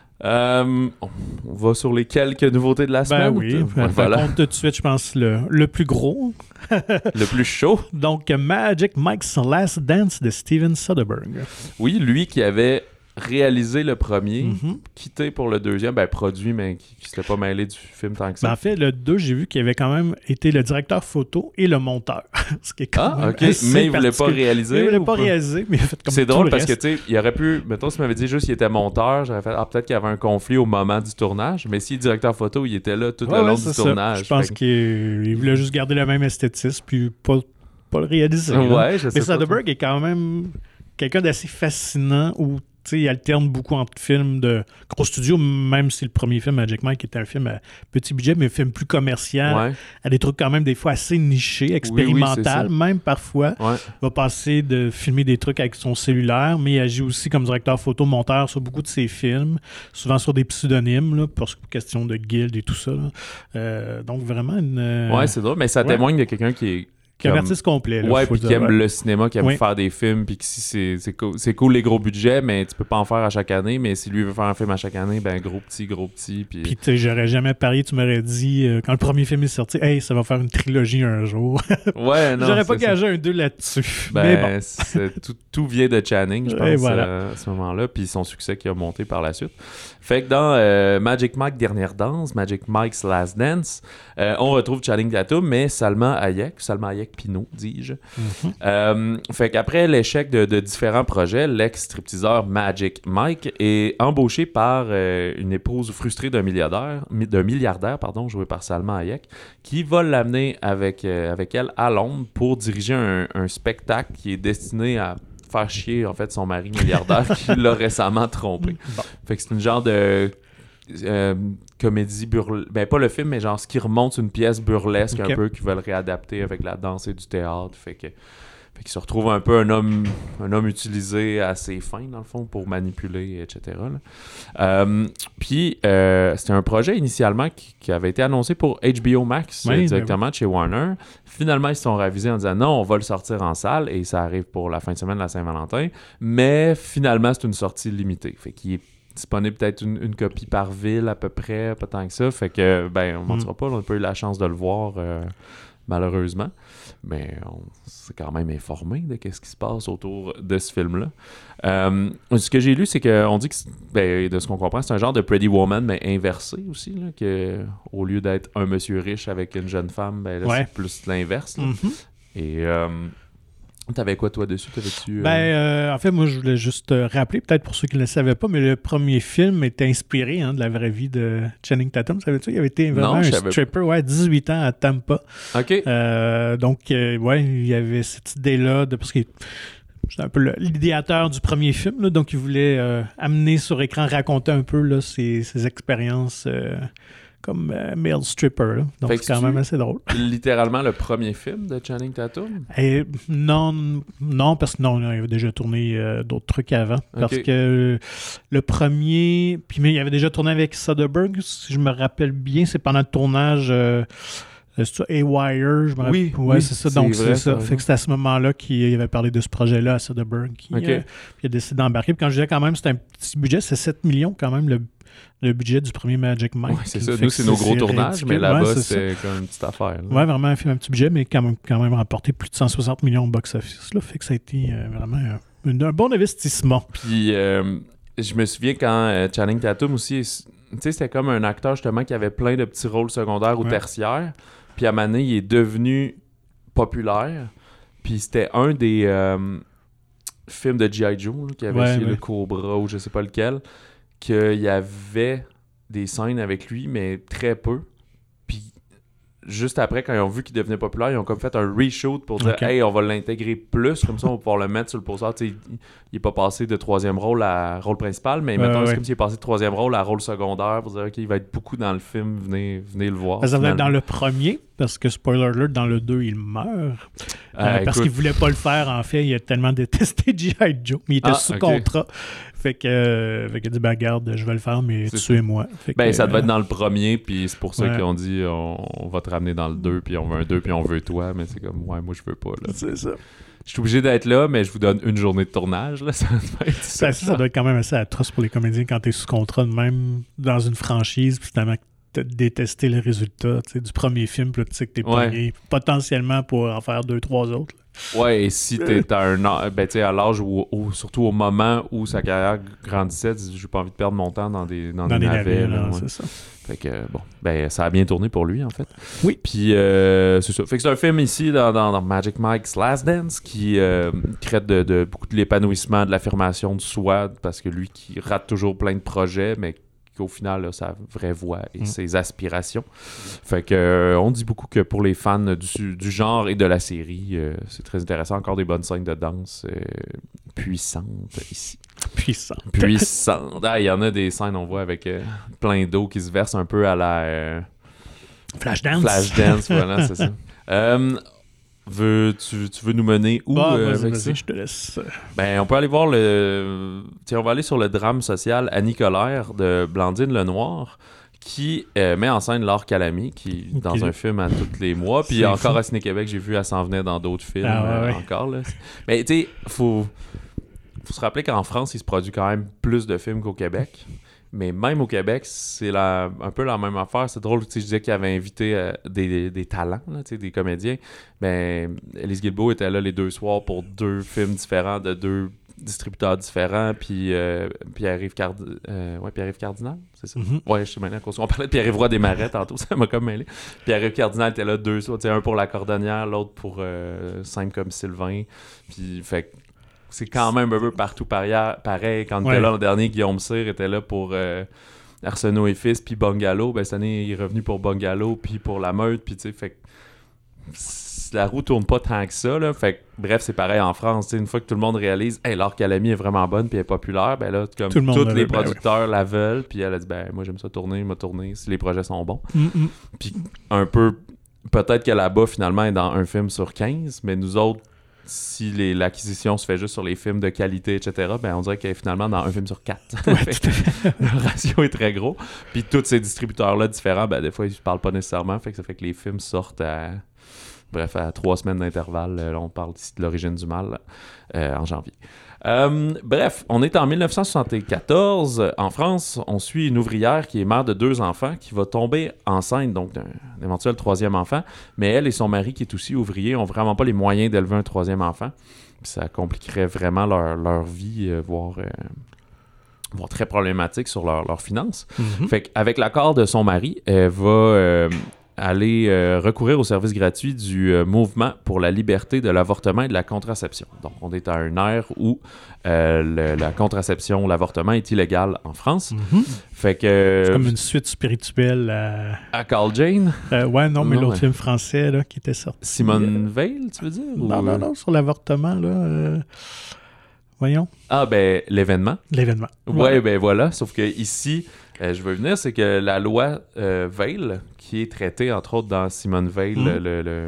Euh, on va sur les quelques nouveautés de la semaine. Ben oui, ben, voilà. On tout de suite, je pense, le, le plus gros. Le plus chaud. Donc, Magic Mike's Last Dance de Steven Soderbergh. Oui, lui qui avait réalisé le premier, mm-hmm. quitté pour le deuxième, ben produit, mais qui ne s'était pas mêlé du film tant que ça. Ben en fait, le deux, j'ai vu qu'il avait quand même été le directeur photo et le monteur. Ce qui est quand ah, même ok. Mais il ne voulait pas réaliser. Il ne voulait pas, pas réaliser, mais il a fait comme c'est tout drôle le parce reste. que, tu sais, il aurait pu, mettons, s'il m'avait dit juste qu'il était monteur, j'aurais fait, ah, peut-être qu'il y avait un conflit au moment du tournage, mais s'il est directeur photo, il était là tout ouais, le long ouais, du ça. tournage. Je pense que... qu'il il voulait juste garder le même esthétisme, puis pas, pas le réaliser. Ouais, je sais mais Soderbergh est quand même quelqu'un d'assez fascinant où T'sais, il alterne beaucoup entre films de gros studio, même si le premier film, Magic Mike, était un film à petit budget, mais un film plus commercial, ouais. à des trucs quand même des fois assez nichés, expérimental, oui, oui, même parfois. Ouais. Il va passer de filmer des trucs avec son cellulaire, mais il agit aussi comme directeur photo, monteur sur beaucoup de ses films, souvent sur des pseudonymes, là, pour question de guild et tout ça. Là. Euh, donc vraiment une... Euh... Ouais, c'est drôle, mais ça ouais. témoigne de quelqu'un qui est... Qui est un artiste complet. Là, ouais, puis qui aime ouais. le cinéma, qui aime oui. faire des films, puis que si c'est, c'est, cool, c'est cool les gros budgets, mais tu peux pas en faire à chaque année, mais si lui veut faire un film à chaque année, ben gros petit, gros petit. Puis Puis tu sais, j'aurais jamais parié, tu m'aurais dit, euh, quand le premier film est sorti, hey, ça va faire une trilogie un jour. Ouais, non. J'aurais pas gagé un deux là-dessus. Ben, mais bon. c'est, tout, tout vient de Channing, je pense, voilà. euh, à ce moment-là, puis son succès qui a monté par la suite. Fait que dans euh, Magic Mike Dernière Danse, Magic Mike's Last Dance, euh, on retrouve Channing Tatum, mais Salma Hayek, Salma Hayek Pinot, dis-je. Mm-hmm. Euh, fait qu'après l'échec de, de différents projets, l'ex-stripteaseur Magic Mike est embauché par euh, une épouse frustrée d'un milliardaire, d'un milliardaire pardon, joué par Salma Hayek, qui va l'amener avec, euh, avec elle à Londres pour diriger un, un spectacle qui est destiné à faire chier en fait son mari milliardaire qui l'a récemment trompé. Bon. Fait que c'est une genre de euh, comédie burlesque, ben pas le film, mais genre ce qui remonte une pièce burlesque okay. un peu qu'ils veulent réadapter avec la danse et du théâtre. Fait que Fait qu'il se retrouve un peu un homme, un homme utilisé à ses fins, dans le fond, pour manipuler, et cetera. Euh, puis, euh, c'était un projet initialement qui, qui avait été annoncé pour H B O Max, oui, directement de chez Warner. Finalement, ils se sont ravisés en disant non, on va le sortir en salle, et ça arrive pour la fin de semaine de la Saint-Valentin. Mais finalement, c'est une sortie limitée. Fait qu'il est disponible peut-être une, une copie par ville à peu près, pas tant que ça. Fait que, ben, on ne mentira mm. pas, on n'a pas eu la chance de le voir, euh, malheureusement. Mais on s'est quand même informé de ce qui se passe autour de ce film-là. Euh, ce que j'ai lu, c'est qu'on dit que, ben, de ce qu'on comprend, c'est un genre de Pretty Woman, mais inversé aussi, là, que au lieu d'être un monsieur riche avec une jeune femme, ben, là, ouais. c'est plus l'inverse. Là. Mm-hmm. Et euh, T'avais quoi, toi, dessus? T'avais-tu, euh... Ben, euh, en fait, moi, je voulais juste euh, rappeler, peut-être pour ceux qui ne le savaient pas, mais le premier film était inspiré hein, de la vraie vie de Channing Tatum. Savais-tu? Il avait été vraiment non, un stripper, ouais, dix-huit ans à Tampa. OK. Euh, donc, euh, ouais, il y avait cette idée-là, de, parce que c'est un peu le, l'idéateur du premier film, là, donc il voulait euh, amener sur écran, raconter un peu là, ses, ses expériences euh, comme euh, male stripper. Là. Donc, fait c'est quand tu, même assez drôle. Littéralement le premier film de Channing Tatum? Et non, non, parce que non, il avait déjà tourné euh, d'autres trucs avant. Parce okay. que le premier, puis mais il avait déjà tourné avec Soderbergh, si je me rappelle bien, c'est pendant le tournage. Euh, C'est ça, A-Wire, je me rappelle. Oui, ouais, oui, c'est ça. c'est Donc, vrai, c'est ça. ça Fait que c'était à ce moment-là qu'il avait parlé de ce projet-là à Soderbergh. Qui, okay. euh, il a décidé d'embarquer. Puis quand je disais quand même, c'était un petit budget, c'est sept millions quand même, le, le budget du premier Magic Mike. Ouais, c'est ça. Nous, c'est nos gros tournages, ridicule. mais là-bas, ouais, c'est c'était comme une petite affaire. Là. Ouais, vraiment un film, un petit budget, mais quand même, quand même remporté plus de cent soixante millions au box-office. Là. Fait que ça a été euh, vraiment euh, un, un bon investissement. Puis, euh, je me souviens quand euh, Channing Tatum aussi, tu sais, c'était comme un acteur justement qui avait plein de petits rôles secondaires ou ouais. tertiaires. Puis à un moment donné, il est devenu populaire. Puis c'était un des euh, films de G I. Joe, là, qui avait ouais, ouais. le Cobra ou je sais pas lequel, qu'il y avait des scènes avec lui, mais très peu. Puis juste après, quand ils ont vu qu'il devenait populaire, ils ont comme fait un reshoot pour dire okay. « Hey, on va l'intégrer plus, comme ça on va pouvoir le mettre sur le poster. » Tu sais, il, il est pas passé de troisième rôle à rôle principal, mais maintenant, ouais, c'est ouais. comme s'il est passé de troisième rôle à rôle secondaire pour dire « Ok, il va être beaucoup dans le film, venez, venez le voir. » Ça va être dans le premier, parce que, spoiler alert, dans le deux, il meurt. Euh, euh, parce écoute... qu'il voulait pas le faire, en fait. Il a tellement détesté G I. Joe, mais il était ah, sous okay. contrat. Fait que, euh, fait qu'il a dit, ben garde, je vais le faire, mais tuez-moi. Fait ben, que, ça devait euh... être dans le premier, puis c'est pour ça ouais. qu'ils ont dit, on, on va te ramener dans le deux, puis on veut un deux, puis on veut toi, mais c'est comme, ouais, moi, je veux pas, là. C'est ça. Je suis obligé d'être là, mais je vous donne une journée de tournage, là. Ça doit être ça. Ça, ça doit être quand même assez atroce pour les comédiens quand t'es sous contrat, même dans une franchise, puis finalement, t'as détesté le résultat, tu sais, du premier film, puis là, tu sais que t'es ouais. pogné potentiellement pour en faire deux, trois autres, là. Ouais, et si t'es à un ben tu sais à l'âge où, où surtout au moment où sa carrière grandissait, j'ai pas envie de perdre mon temps dans des dans, dans des, des navets, là, ouais. c'est ça. Fait que bon, ben ça a bien tourné pour lui en fait. Oui. Puis euh, c'est ça. Fait que c'est un film ici dans, dans, dans Magic Mike's Last Dance qui euh, traite de, de beaucoup de l'épanouissement, de l'affirmation de soi, parce que lui qui rate toujours plein de projets, mais qu'au final, a sa vraie voix et mm. ses aspirations. Fait que euh, on dit beaucoup que pour les fans du, du genre et de la série, euh, c'est très intéressant. Encore des bonnes scènes de danse euh, puissantes ici. Puissantes. Puissantes. Ah, il y en a des scènes, on voit, avec euh, plein d'eau qui se verse un peu à la... Euh, Flashdance. Flashdance, voilà, c'est ça. Euh, Veux, tu, tu veux nous mener où bah, euh, vas-y, avec vas-y, ça? Je te laisse. Ben, on peut aller voir le... Tiens, on va aller sur le drame social Annie Colère de Blandine Lenoir qui euh, met en scène Laure Calamy qui okay. dans un film à tous les mois. Puis encore fou. À Ciné-Québec, j'ai vu, elle s'en venait dans d'autres films ah, ouais, euh, ouais. encore. Là. Mais tu sais, faut... faut se rappeler qu'en France, il se produit quand même plus de films qu'au Québec. Mais même au Québec, c'est la, un peu la même affaire. C'est drôle, tu sais, je disais qu'il avait invité euh, des, des, des talents, là, tu sais, des comédiens. Ben, Élise Guilbeault était là les deux soirs pour deux films différents de deux distributeurs différents. Puis euh, Pierre-Yves Card... euh, ouais, Pierre-Yves Cardinal, c'est ça? Mm-hmm. Ouais, je sais maintenant. On parlait de Pierre-Yves Roy Desmarais tantôt, ça m'a comme mêlé. Pierre-Yves Cardinal était là deux soirs, tu sais, un pour La Cordonnière, l'autre pour euh, Simple comme Sylvain. Puis, fait c'est quand même un peu partout pareil. Quand on ouais. était là l'an dernier, Guillaume Cyr était là pour euh, Arsenault et Fils, puis Bungalow. Ben, cette année, il est revenu pour Bungalow, puis pour La Meute. Puis, tu sais, fait que la roue tourne pas tant que ça. Là. Fait que, bref, c'est pareil en France. T'sais, une fois que tout le monde réalise, hey, Laure Calamy est vraiment bonne, puis elle est populaire, ben là, comme tous les producteurs ben, la veulent. Puis elle a dit, ben, moi, j'aime ça tourner, il m'a tourné si les projets sont bons. Mm-hmm. Puis, un peu, peut-être que là-bas, finalement, elle est dans un film sur quinze, mais nous autres, si les, l'acquisition se fait juste sur les films de qualité, et cetera, ben on dirait qu'elle est finalement dans un film sur quatre. Ouais, le ratio est très gros. Puis tous ces distributeurs-là différents, ben des fois, ils ne parlent pas nécessairement. Fait que ça fait que les films sortent à, bref, à trois semaines d'intervalle. Là, on parle ici de L'Origine du mal euh, en janvier. Euh, bref, on est en dix-neuf cent soixante-quatorze. En France, on suit une ouvrière qui est mère de deux enfants qui va tomber enceinte, donc d'un éventuel troisième enfant. Mais elle et son mari, qui est aussi ouvrier, n'ont vraiment pas les moyens d'élever un troisième enfant. Puis ça compliquerait vraiment leur, leur vie, euh, voire, euh, voire très problématique sur leurs leur finances. Mm-hmm. Fait qu'avec l'accord de son mari, elle va... Euh, aller euh, recourir au service gratuit du euh, mouvement pour la liberté de l'avortement et de la contraception. Donc, on est à une ère où euh, le, la contraception, l'avortement est illégal en France. Mm-hmm. Fait que... C'est comme une suite spirituelle à... À Carl Jane? Euh, ouais, non, mais non, l'autre ouais. film français là, qui était sorti. Simone Veil, tu veux dire? Non, ou... non, non, sur l'avortement, là... Euh... Voyons. Ah, ben, l'événement. L'événement. Ouais, ouais. ben voilà. Sauf que ici, euh, je veux venir, c'est que la loi euh, Veil, qui est traitée, entre autres, dans Simone Veil, Mm. le, le, le,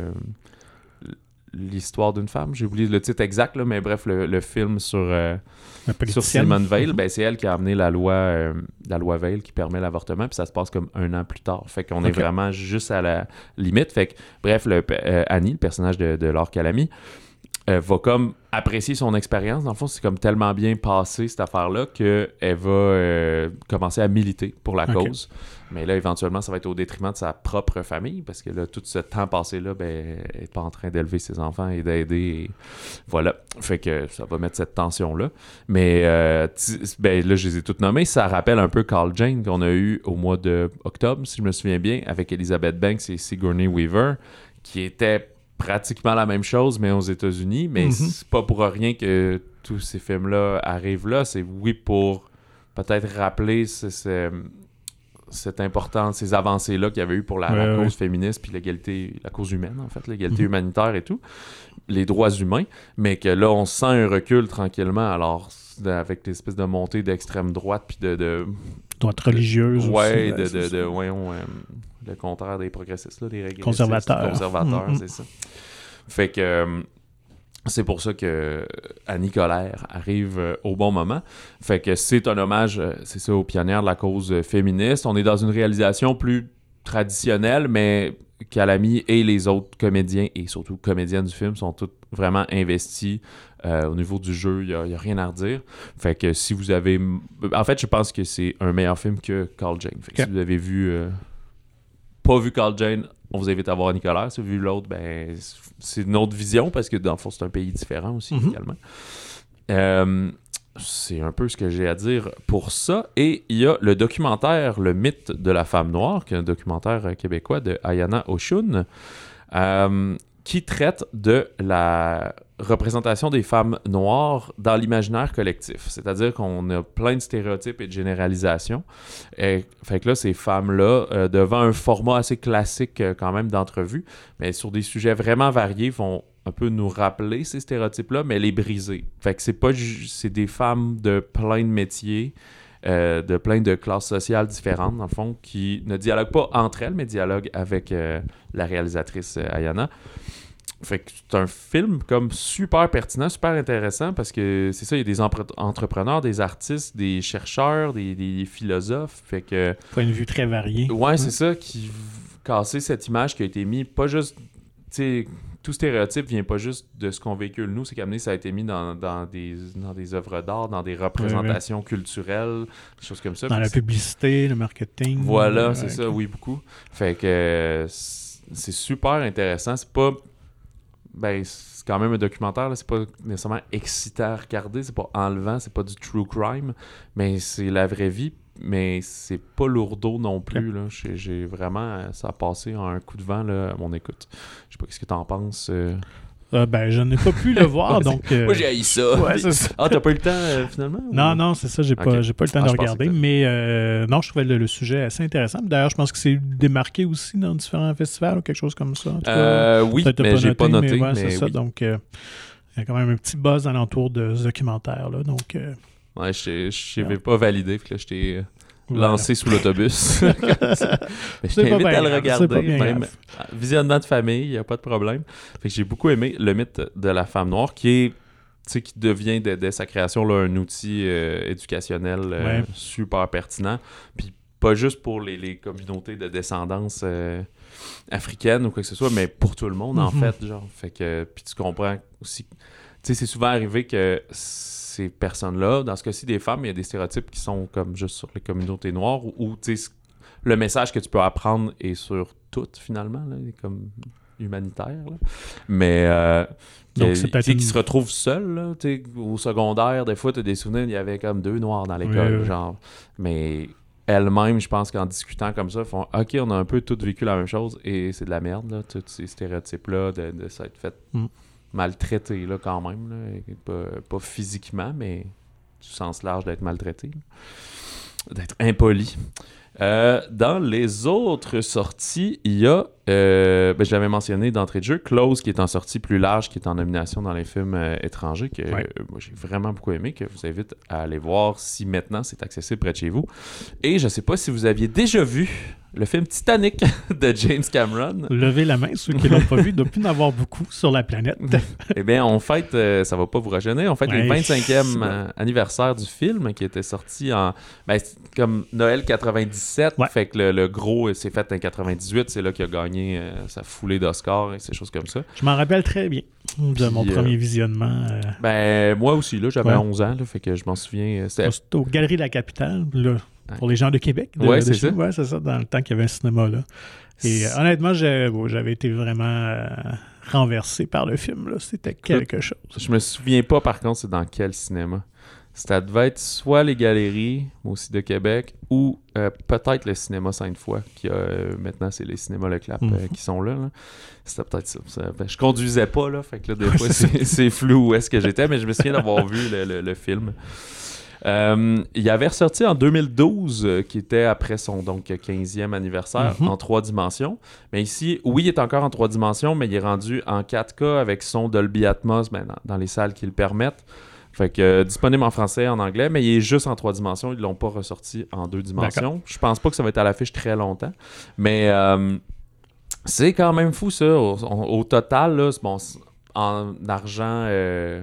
l'histoire d'une femme, j'ai oublié le titre exact, là, mais bref, le, le film sur, euh, sur Simone Veil, ben, c'est elle qui a amené la loi, euh, la loi Veil qui permet l'avortement, puis ça se passe comme un an plus tard. Fait qu'on okay. est vraiment juste à la limite. Fait que, bref, le, euh, Annie, le personnage de, de Laure Calamy, Euh, va comme apprécier son expérience. Dans le fond, c'est comme tellement bien passé cette affaire-là qu'elle va euh, commencer à militer pour la okay. cause. Mais là, éventuellement, ça va être au détriment de sa propre famille parce que là, tout ce temps passé-là, ben, elle n'est pas en train d'élever ses enfants et d'aider. Et... Voilà. Fait que ça va mettre cette tension-là. Mais euh, t- ben, là, je les ai toutes nommées. Ça rappelle un peu Carl Jane qu'on a eu au mois d'octobre, si je me souviens bien, avec Elizabeth Banks et Sigourney Weaver, qui était pratiquement la même chose, mais aux États-Unis. Mais mm-hmm. c'est pas pour rien que tous ces films-là arrivent là. C'est oui pour peut-être rappeler ce, ce, cette importance, ces avancées-là qu'il y avait eu pour la, ouais, la cause ouais. féministe puis l'égalité, la cause humaine, en fait, l'égalité mm-hmm. humanitaire et tout, les droits humains, mais que là, on sent un recul tranquillement. Alors, avec l'espèce de montée d'extrême droite puis de... de droite religieuse ouais, aussi. De, de, de, de, voyons, euh, le contraire des progressistes, là, des régressistes. Conservateurs. Conservateurs, mm-hmm. c'est ça. Fait que euh, c'est pour ça que Annie Colère arrive euh, au bon moment. Fait que c'est un hommage, euh, c'est ça, aux pionnières de la cause euh, féministe. On est dans une réalisation plus traditionnelle, mais Calamy et les autres comédiens, et surtout comédiennes du film, sont tous vraiment investis. Euh, au niveau du jeu, il n'y a, a rien à redire. Fait que si vous avez... En fait, je pense que c'est un meilleur film que Carl Jane. Fait que okay. si vous avez vu... Euh... pas vu Carl Jane, on vous invite à voir Nicolas. Si vous avez vu l'autre, ben, c'est une autre vision parce que dans le fond, c'est un pays différent aussi mm-hmm. également. Euh, c'est un peu ce que j'ai à dire pour ça. Et il y a le documentaire Le mythe de la femme noire, qui est un documentaire québécois de Ayana Oshun, euh, qui traite de la représentation des femmes noires dans l'imaginaire collectif. C'est-à-dire qu'on a plein de stéréotypes et de généralisations. Et, fait que là, ces femmes-là, euh, devant un format assez classique euh, quand même d'entrevue, mais sur des sujets vraiment variés, vont un peu nous rappeler ces stéréotypes-là, mais les briser. Fait que c'est pas ju- c'est des femmes de plein de métiers, euh, de plein de classes sociales différentes, dans le fond, qui ne dialoguent pas entre elles, mais dialoguent avec euh, la réalisatrice euh, Ayana. Fait que c'est un film comme super pertinent, super intéressant parce que c'est ça, il y a des empre- entrepreneurs, des artistes, des chercheurs, des, des philosophes. Fait que. Point de vue très varié. Ouais, ouais. C'est ça qui casser cette image qui a été mise, pas juste. Tu sais, tout stéréotype vient pas juste de ce qu'on véhicule nous, c'est qu'amené ça a été mis dans, dans, des, dans des œuvres d'art, dans des représentations ouais, ouais. culturelles, des choses comme ça. Dans la c'est... publicité, le marketing. Voilà, ouais, c'est ouais, ça, okay. oui, beaucoup. Fait que c'est super intéressant. C'est pas. Ben, c'est quand même un documentaire, là. C'est pas nécessairement excitant à regarder, c'est pas enlevant, c'est pas du true crime, mais c'est la vraie vie, mais c'est pas lourdeau non plus, là. J'ai, j'ai vraiment, ça a passé en un coup de vent, là, à mon écoute. Je sais pas, qu'est-ce que t'en penses? Euh... Euh, ben, je n'ai pas pu le voir, donc... Euh... Moi, j'ai haï ça. Ouais, c'est ça. Ah, t'as pas eu le temps, euh, finalement? Ou... Non, non, c'est ça, j'ai, okay. pas, j'ai pas eu le temps ah, de regarder, mais euh, non, je trouvais le, le sujet assez intéressant. D'ailleurs, je pense que c'est démarqué aussi dans différents festivals ou quelque chose comme ça. En tout cas, euh, oui, mais pas j'ai noté, pas noté, mais, ouais, mais c'est oui. ça, donc euh, il y a quand même un petit buzz alentour de ce documentaire-là, donc... Euh... Ouais, je n'avais ouais. pas validé, fait que là, je t'ai... Voilà. Lancé sous l'autobus. Mais je t'invite à le regarder. Même visionnement de famille, il n'y a pas de problème. Fait que j'ai beaucoup aimé Le mythe de la femme noire, qui est, tu sais, qui devient dès, dès sa création là, un outil euh, éducationnel euh, ouais. super pertinent. Puis pas juste pour les, les communautés de descendance euh, africaine ou quoi que ce soit, mais pour tout le monde, mm-hmm. en fait. Genre. Fait que, puis tu comprends aussi. Tu sais, c'est souvent arrivé que ces personnes-là, dans ce cas-ci des femmes, il y a des stéréotypes qui sont comme juste sur les communautés noires où tu sais, le message que tu peux apprendre est sur toutes finalement, là, comme humanitaire. Là. Mais euh, donc, qui, c'est peut-être qui une... se retrouvent seuls là, au secondaire, des fois tu as des souvenirs, il y avait comme deux noirs dans l'école, oui, oui. genre. Mais elles-mêmes, je pense qu'en discutant comme ça, font « Ok, on a un peu tous vécu la même chose et c'est de la merde, là, tous ces stéréotypes-là de, de s'être fait mm. maltraiter là, quand même. Là, pas, pas physiquement, mais du sens large d'être maltraité, là. D'être impoli. » Euh, dans les autres sorties, il y a, euh, ben, je l'avais mentionné d'entrée de jeu, Close, qui est en sortie plus large, qui est en nomination dans les films euh, étrangers, que ouais. euh, moi j'ai vraiment beaucoup aimé, que je vous invite à aller voir si maintenant c'est accessible près de chez vous. Et je ne sais pas si vous aviez déjà vu le film Titanic de James Cameron. Levez la main, ceux qui ne l'ont pas vu, il doit plus en avoir beaucoup sur la planète. Eh bien, on fête, euh, ça va pas vous rajeunir, on fête ouais, le vingt-cinquième euh, anniversaire du film qui était sorti en, ben, comme Noël quatre-vingt-dix-sept, ouais. fait que le, le gros c'est fait en quatre-vingt-dix-huit, c'est là qu'il a gagné euh, sa foulée d'Oscars et ces choses comme ça. Je m'en rappelle très bien de Puis, mon premier euh, visionnement. Euh... Ben, moi aussi, là, j'avais ouais. onze ans, là, fait que je m'en souviens. C'était, c'était aux Galeries de la Capitale, là. Pour les gens de Québec. De, ouais, de c'est chez... ça. Ouais, c'est ça, dans le temps qu'il y avait un cinéma là. Et euh, honnêtement, j'ai, bon, j'avais été vraiment euh, renversé par le film. Là. C'était quelque chose. Je me souviens pas, par contre, c'est dans quel cinéma. Ça devait être soit les Galeries, aussi de Québec, ou euh, peut-être le cinéma Sainte-Foy, qui a, euh, maintenant, c'est les cinémas Le Clap mm-hmm. euh, qui sont là, là. C'était peut-être ça. ça ben, je conduisais pas, là, fait que là, des fois, c'est, c'est flou où est-ce que j'étais, mais je me souviens d'avoir vu le, le, le film. Euh, il avait ressorti en deux mille douze, euh, qui était après son donc quinzième anniversaire, mm-hmm. en trois dimensions. Mais ici, oui, il est encore en trois dimensions, mais il est rendu en quatre K avec son Dolby Atmos ben, dans, dans les salles qui le permettent. Fait que euh, disponible en français et en anglais, mais il est juste en trois dimensions. Ils ne l'ont pas ressorti en deux dimensions. D'accord. Je pense pas que ça va être à l'affiche très longtemps. Mais euh, c'est quand même fou, ça. Au, au total, là, c'est bon, en argent... Euh,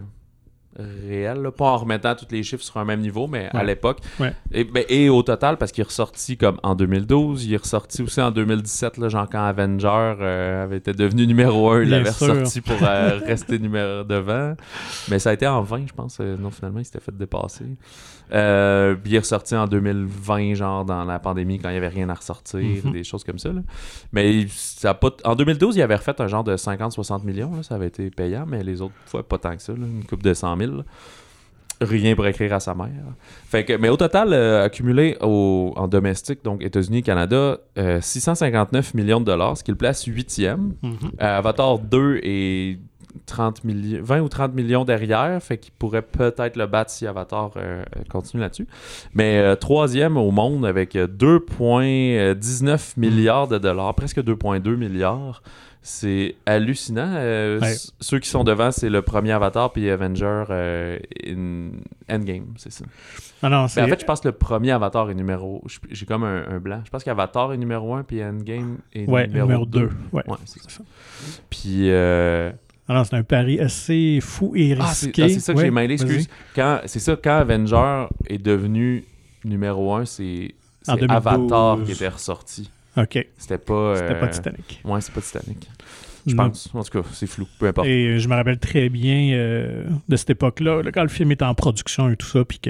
réel, là, pas en remettant tous les chiffres sur un même niveau, mais ouais. à l'époque. Ouais. Et, ben, et au total, parce qu'il est ressorti comme en deux mille douze, il est ressorti aussi en deux mille dix-sept, là, genre quand Avenger euh, avait été devenu numéro un, il l'avait ressorti pour euh, rester numéro devant. Mais ça a été en vingt, je pense. Euh, non, finalement, il s'était fait dépasser. Euh, puis il est ressorti en deux mille vingt, genre dans la pandémie, quand il n'y avait rien à ressortir, mm-hmm. des choses comme ça. Là. Mais ça a pas t- en deux mille douze, il avait refait un genre de cinquante à soixante millions, là, ça avait été payant, mais les autres fois, pas tant que ça, là, une coupe de cent mille. Là. Rien pour écrire à sa mère. Fait que, mais au total, euh, accumulé au, en domestique, donc États-Unis et Canada, euh, six cent cinquante-neuf millions de dollars, ce qui le place huitième. Mm-hmm. Euh, Avatar deux est trente milli- vingt ou trente millions derrière, fait qu'il pourrait peut-être le battre si Avatar euh, continue là-dessus. Mais euh, troisième au monde avec deux virgule dix-neuf milliards de dollars, presque deux virgule deux milliards. C'est hallucinant. Euh, ouais. c- ceux qui sont devant, c'est le premier Avatar puis Avenger euh, in Endgame, c'est ça. Ah non, c'est... Ben, en fait, je pense que le premier Avatar est numéro... J'ai comme un, un blanc. Je pense qu'Avatar est numéro un puis Endgame est ouais, numéro deux. Ouais, ouais c'est, c'est ça. Puis... Euh... Ah non, c'est un pari assez fou et risqué. Ah, c'est, ah, c'est ça que ouais, j'ai mêlé, excuse. Quand, c'est ça, quand Avenger est devenu numéro un, c'est, c'est Avatar qui était ressorti. OK. C'était pas... C'était euh... pas Titanic. Ouais, c'est pas Titanic. Je non. pense. En tout cas, c'est flou. Peu importe. Et je me rappelle très bien euh, de cette époque-là, là, quand le film était en production et tout ça, puis que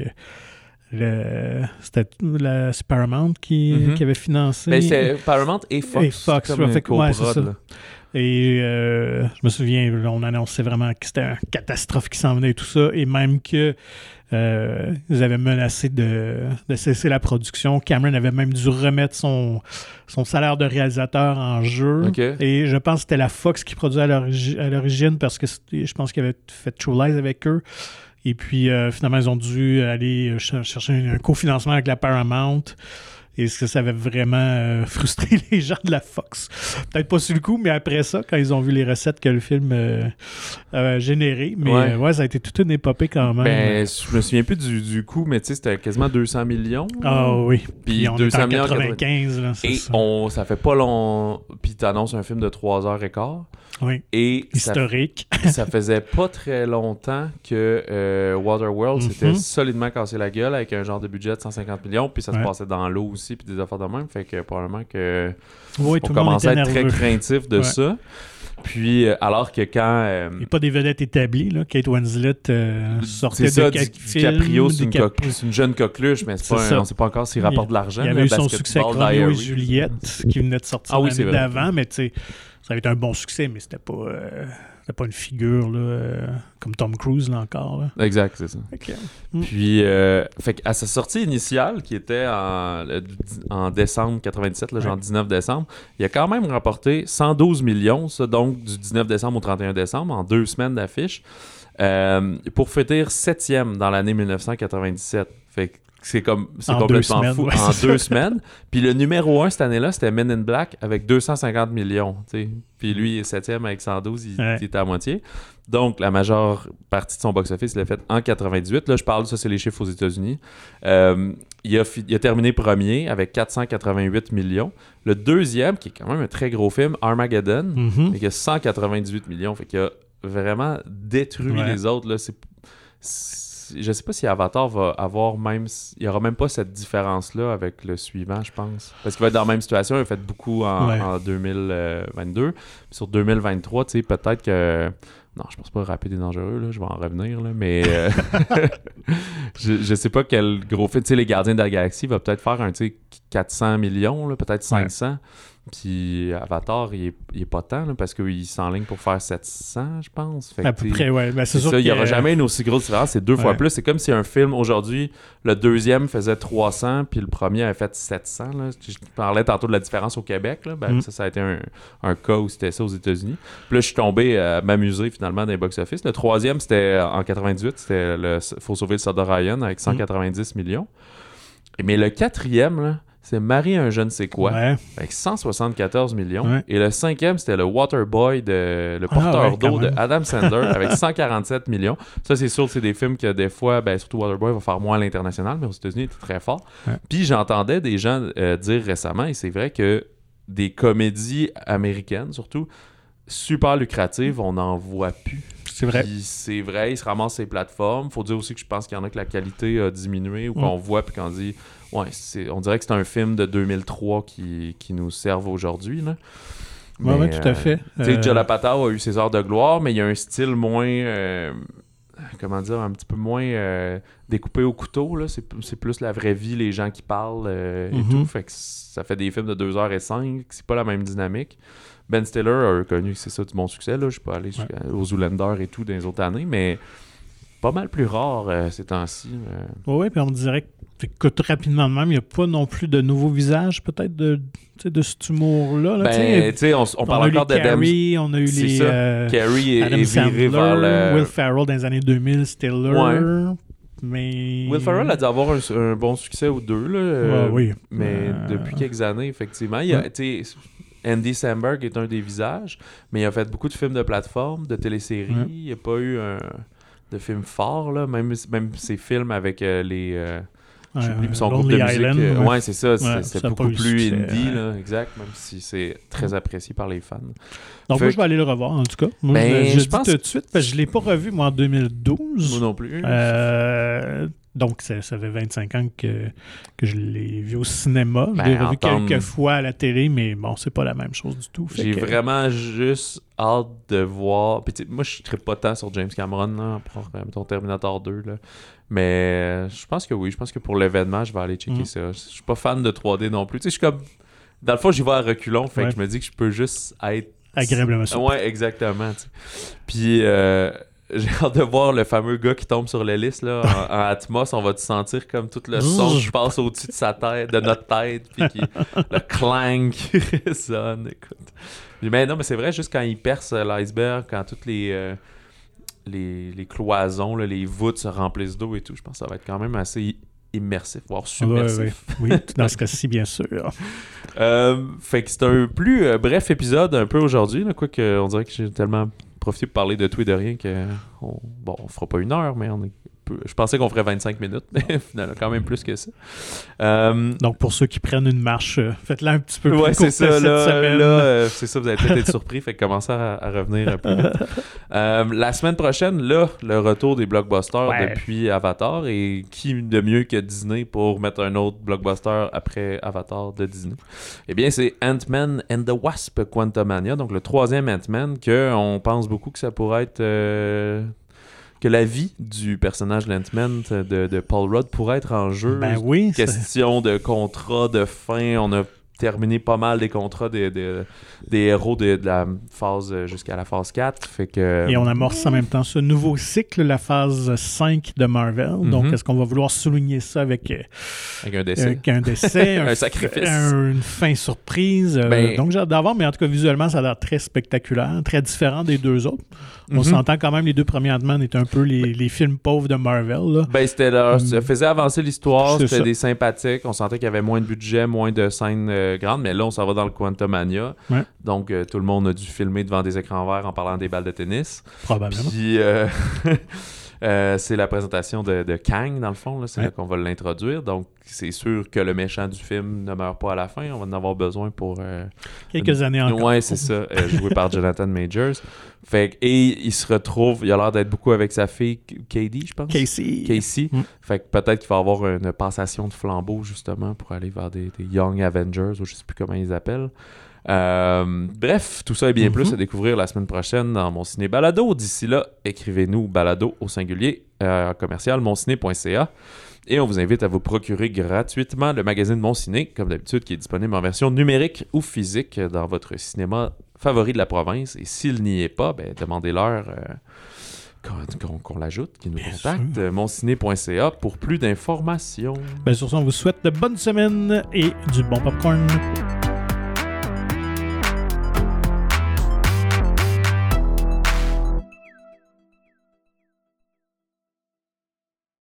le... c'était la... c'est Paramount qui... Mm-hmm. qui avait financé. Ben, c'est Paramount et Fox. Et Fox, comme fait, ouais, c'est ça. Là. Et euh, je me souviens, on annonçait vraiment que c'était une catastrophe qui s'en venait et tout ça, et même que euh, ils avaient menacé de, de cesser la production. Cameron avait même dû remettre son, son salaire de réalisateur en jeu. Okay. Et je pense que c'était la Fox qui produisait à, l'origi- à l'origine, parce que je pense qu'il avait fait True Lies avec eux. Et puis, euh, finalement, ils ont dû aller ch- chercher un, un cofinancement avec la Paramount. Et ce que ça avait vraiment euh, frustré les gens de la Fox. Peut-être pas sur le coup, mais après ça, quand ils ont vu les recettes que le film euh, a générées. Mais ouais. Euh, ouais, ça a été toute une épopée quand même. Ben, je me souviens plus du, du coup, mais tu sais, c'était quasiment deux cents millions. Ah oh, oui. Puis on deux cents est en quatre-vingt-quinze. Là, c'est et ça. On, ça fait pas long. Puis t'annonces un film de trois heures quinze. Oui. Et historique. Ça, ça faisait pas très longtemps que euh, Waterworld mm-hmm. s'était solidement cassé la gueule avec un genre de budget de cent cinquante millions, puis ça ouais. se passait dans l'eau aussi, puis des affaires de même. Fait que probablement que oui, on commençait à être nerveux. très craintif de ouais. ça. Puis, euh, alors que quand... Euh, il n'y a pas des vedettes établies, là. Kate Winslet euh, sortait c'est ça, de du, DiCaprio, c'est une, cap... co- c'est une jeune coqueluche, mais c'est c'est pas un, on ne sait pas encore s'il rapporte de l'argent. Il y avait eu son succès avec Roméo et Juliette, qui venait de sortir ah, oui, l'année d'avant, mais tu sais, ça avait été un bon succès, mais c'était pas... Euh... c'était pas une figure là, euh, comme Tom Cruise là encore. Là. Exact, c'est ça. Okay. Puis, euh, fait à sa sortie initiale, qui était en, en décembre quatre-vingt-dix-sept, là, genre ouais. dix-neuf décembre, il a quand même remporté cent douze millions, ça, donc du dix-neuf décembre au trente et un décembre, en deux semaines d'affiche, euh, pour fêter septième dans l'année dix-neuf cent quatre-vingt-dix-sept. Fait que c'est comme c'est en complètement semaines, fou. Ouais, en deux ça. semaines. Puis le numéro un cette année-là, c'était Men in Black avec deux cent cinquante millions. T'sais. Puis lui, il est septième avec cent douze, il, ouais. il était à moitié. Donc, la majeure partie de son box-office, il l'a fait en quatre-vingt-dix-huit. Là, je parle, ça, c'est les chiffres aux États-Unis. Euh, il, a fi- il a terminé premier avec quatre cent quatre-vingt-huit millions. Le deuxième, qui est quand même un très gros film, Armageddon, mm-hmm. il a cent quatre-vingt-dix-huit millions. Fait qu'il a vraiment détruit ouais. les autres. Là. C'est, c'est Je sais pas si Avatar va avoir même... Il y aura même pas cette différence-là avec le suivant, je pense. Parce qu'il va être dans la même situation. Il a fait beaucoup en, ouais. en deux mille vingt-deux. Puis sur deux mille vingt-trois, tu sais, peut-être que... Non, je pense pas Rapide et Dangereux, là. Je vais en revenir, là. Mais euh... je, je sais pas quel gros film... Tu sais, Les Gardiens de la Galaxie va peut-être faire un, tu sais, quatre cents millions, là, peut-être cinq cents. Ouais. Puis Avatar, il est, il est pas tant, là, parce qu'il s'enligne pour faire sept cents, je pense. Fait à peu près, ouais. Ben, c'est c'est sûr ça, il n'y aura que... jamais une aussi grosse différence. C'est deux ouais. fois plus. C'est comme si un film, aujourd'hui, le deuxième faisait trois cents, puis le premier avait fait sept cents. Là. Je parlais tantôt de la différence au Québec. Là. Ben, mm. Ça, ça a été un, un cas où c'était ça aux États-Unis. Puis là, je suis tombé à m'amuser, finalement, dans les box-office. Le troisième, c'était en quatre-vingt-dix-huit. C'était le Faut sauver le soldat Ryan avec cent quatre-vingt-dix mm. millions. Mais le quatrième, là, c'est Marie un je ne sais quoi, ouais. avec cent soixante-quatorze millions. Ouais. Et le cinquième, c'était le Waterboy, de, le porteur ah ouais, d'eau de Adam Sandler, avec cent quarante-sept millions. Ça, c'est sûr, c'est des films que des fois, ben, surtout Waterboy va faire moins à l'international, mais aux États-Unis, il était très fort. Ouais. Puis j'entendais des gens euh, dire récemment, et c'est vrai que des comédies américaines, surtout, super lucratives, on n'en voit plus. C'est vrai. Puis c'est vrai, ils se ramassent ces plateformes. Faut dire aussi que je pense qu'il y en a que la qualité a diminué ou qu'on mm. voit puis qu'on dit ouais, c'est, on dirait que c'est un film de deux mille trois qui, qui nous serve aujourd'hui. Là. Oui, ouais, tout à fait. Tu sais, euh... Judd Apatow a eu ses heures de gloire, mais il y a un style moins... Euh, comment dire, un petit peu moins euh, découpé au couteau. Là. C'est, c'est plus la vraie vie, les gens qui parlent euh, et mm-hmm. tout. Fait que ça fait des films de deux heures cinq. C'est pas la même dynamique. Ben Stiller a reconnu que c'est ça du bon succès. Là. Je suis pas allé ouais. aux Zoolander et tout dans les autres années, mais pas mal plus rare euh, ces temps-ci. Euh... Oui, puis on dirait que rapidement de même, il n'y a pas non plus de nouveaux visages peut-être de, de cet humour-là. Là, ben, tu sais, on, on, on parle encore de Carrie, on a eu c'est les ça. Euh, Carrie est, Adam est Sandler, vers le... Will Ferrell dans les années deux mille, Stiller. Ouais. Mais... Will Ferrell a dû avoir un, un bon succès ou deux, là, euh, ouais, oui. mais euh... depuis quelques années, effectivement. Il y a, ouais. tu sais, Andy Samberg est un des visages, mais il a fait beaucoup de films de plateforme, de téléséries. Ouais. Il n'y a pas eu un, de film fort, là. Même, même ses films avec euh, les... Euh, ouais, j'oublie son Lonely groupe de musique. Island, euh, ouais. ouais, c'est ça. C'est, ouais, c'est ça beaucoup plus succès, indie, ouais. là, exact, même si c'est très apprécié par les fans. Donc fait... moi, je vais aller le revoir, en tout cas. Moi, ben, je, je, je dis pense... tout de suite, parce que je ne l'ai pas revu, moi, en deux mille douze. Moi non plus. Euh... Donc, ça, ça fait vingt-cinq ans que, que je l'ai vu au cinéma. Je ben, l'ai revu entendre... quelques fois à la télé, mais bon, c'est pas la même chose du tout. Fait J'ai que... vraiment juste hâte de voir... Puis, moi, je ne serais pas tant sur James Cameron, là, pour mettons, Terminator deux, là. Mais je pense que oui. Je pense que pour l'événement, je vais aller checker mm. ça. Je suis pas fan de trois D non plus. Tu sais, je suis comme... Dans le fond, j'y vais à reculons, fait ouais. que je me dis que je peux juste être... agréablement surpris. Ouais, exactement. T'sais. Puis... Euh... J'ai hâte de voir le fameux gars qui tombe sur l'hélice là, en, en Atmos. On va te sentir comme tout le son qui passe au-dessus de sa tête, de notre tête, puis qui, le clang qui résonne. Écoute. Mais non, mais c'est vrai, juste quand il perce l'iceberg, quand toutes les, euh, les, les cloisons, là, les voûtes se remplissent d'eau et tout, je pense que ça va être quand même assez immersif, voire submersif. Oui, oui. oui, dans ce cas-ci, bien sûr. euh, fait que c'est un plus euh, bref épisode un peu aujourd'hui, là, quoique on dirait que j'ai tellement... profiter pour parler de tout et de rien que on, bon on fera pas une heure mais on est peu, je pensais qu'on ferait vingt-cinq minutes mais finalement quand même plus que ça euh, donc pour ceux qui prennent une marche euh, faites-la un petit peu plus ouais, courte c'est ça, cette là, semaine là euh, c'est ça, vous allez peut-être être surpris fait que commencez à, à revenir un peu vite. euh, la semaine prochaine là le retour des blockbusters ouais. depuis Avatar et qui de mieux que Disney pour mettre un autre blockbuster après Avatar de Disney. Eh bien c'est Ant-Man and the Wasp Quantumania, donc le troisième Ant-Man que on pense beaucoup que ça pourrait être euh, que la vie du personnage d'Ant-Man de, de Paul Rudd pourrait être en jeu. Ben oui. Question c'est... de contrat, de fin, on a terminé pas mal des contrats des, des, des héros de, de la phase jusqu'à la phase quatre. Fait que... Et on amorce en même temps ce nouveau cycle, la phase cinq de Marvel. Mm-hmm. Donc, est-ce qu'on va vouloir souligner ça avec, avec un décès, avec un, décès un, un sacrifice, un, une fin surprise? Ben... Donc, j'ai hâte d'avoir, mais en tout cas, visuellement, ça a l'air très spectaculaire, très différent des deux autres. On mm-hmm. s'entend quand même, les deux premiers Ant-Man étaient un peu les, les films pauvres de Marvel. Là. Ben, c'était leur, ça faisait avancer l'histoire, C'est c'était ça. des sympathiques, on sentait qu'il y avait moins de budget, moins de scènes euh, grandes, mais là, on s'en va dans le Quantumania. Ouais. Donc, euh, tout le monde a dû filmer devant des écrans verts en parlant des balles de tennis. Probablement. Puis, euh, euh, c'est la présentation de, de Kang, dans le fond. Là. C'est ouais. là qu'on va l'introduire. Donc, c'est sûr que le méchant du film ne meurt pas à la fin. On va en avoir besoin pour... Euh, Quelques une... années encore. Ouais, c'est ça. Euh, joué par Jonathan Majors. Fait, et il se retrouve... Il a l'air d'être beaucoup avec sa fille, Katie, je pense. Casey. Casey. Mm. Fait que peut-être qu'il va y avoir une passation de flambeau, justement, pour aller vers des, des Young Avengers, ou je sais plus comment ils appellent. Euh, bref, tout ça et bien mm-hmm. plus à découvrir la semaine prochaine dans Mon Ciné Balado. D'ici là, écrivez-nous balado au singulier euh, commercial monciné point c a et on vous invite à vous procurer gratuitement le magazine Mon Ciné, comme d'habitude, qui est disponible en version numérique ou physique dans votre cinéma favori de la province. Et s'il n'y est pas, ben, demandez-leur euh, qu'on, qu'on, qu'on l'ajoute, qu'ils nous bien contactent. monciné point c a pour plus d'informations. Ben, sur ça, on vous souhaite de bonnes semaines et du bon popcorn.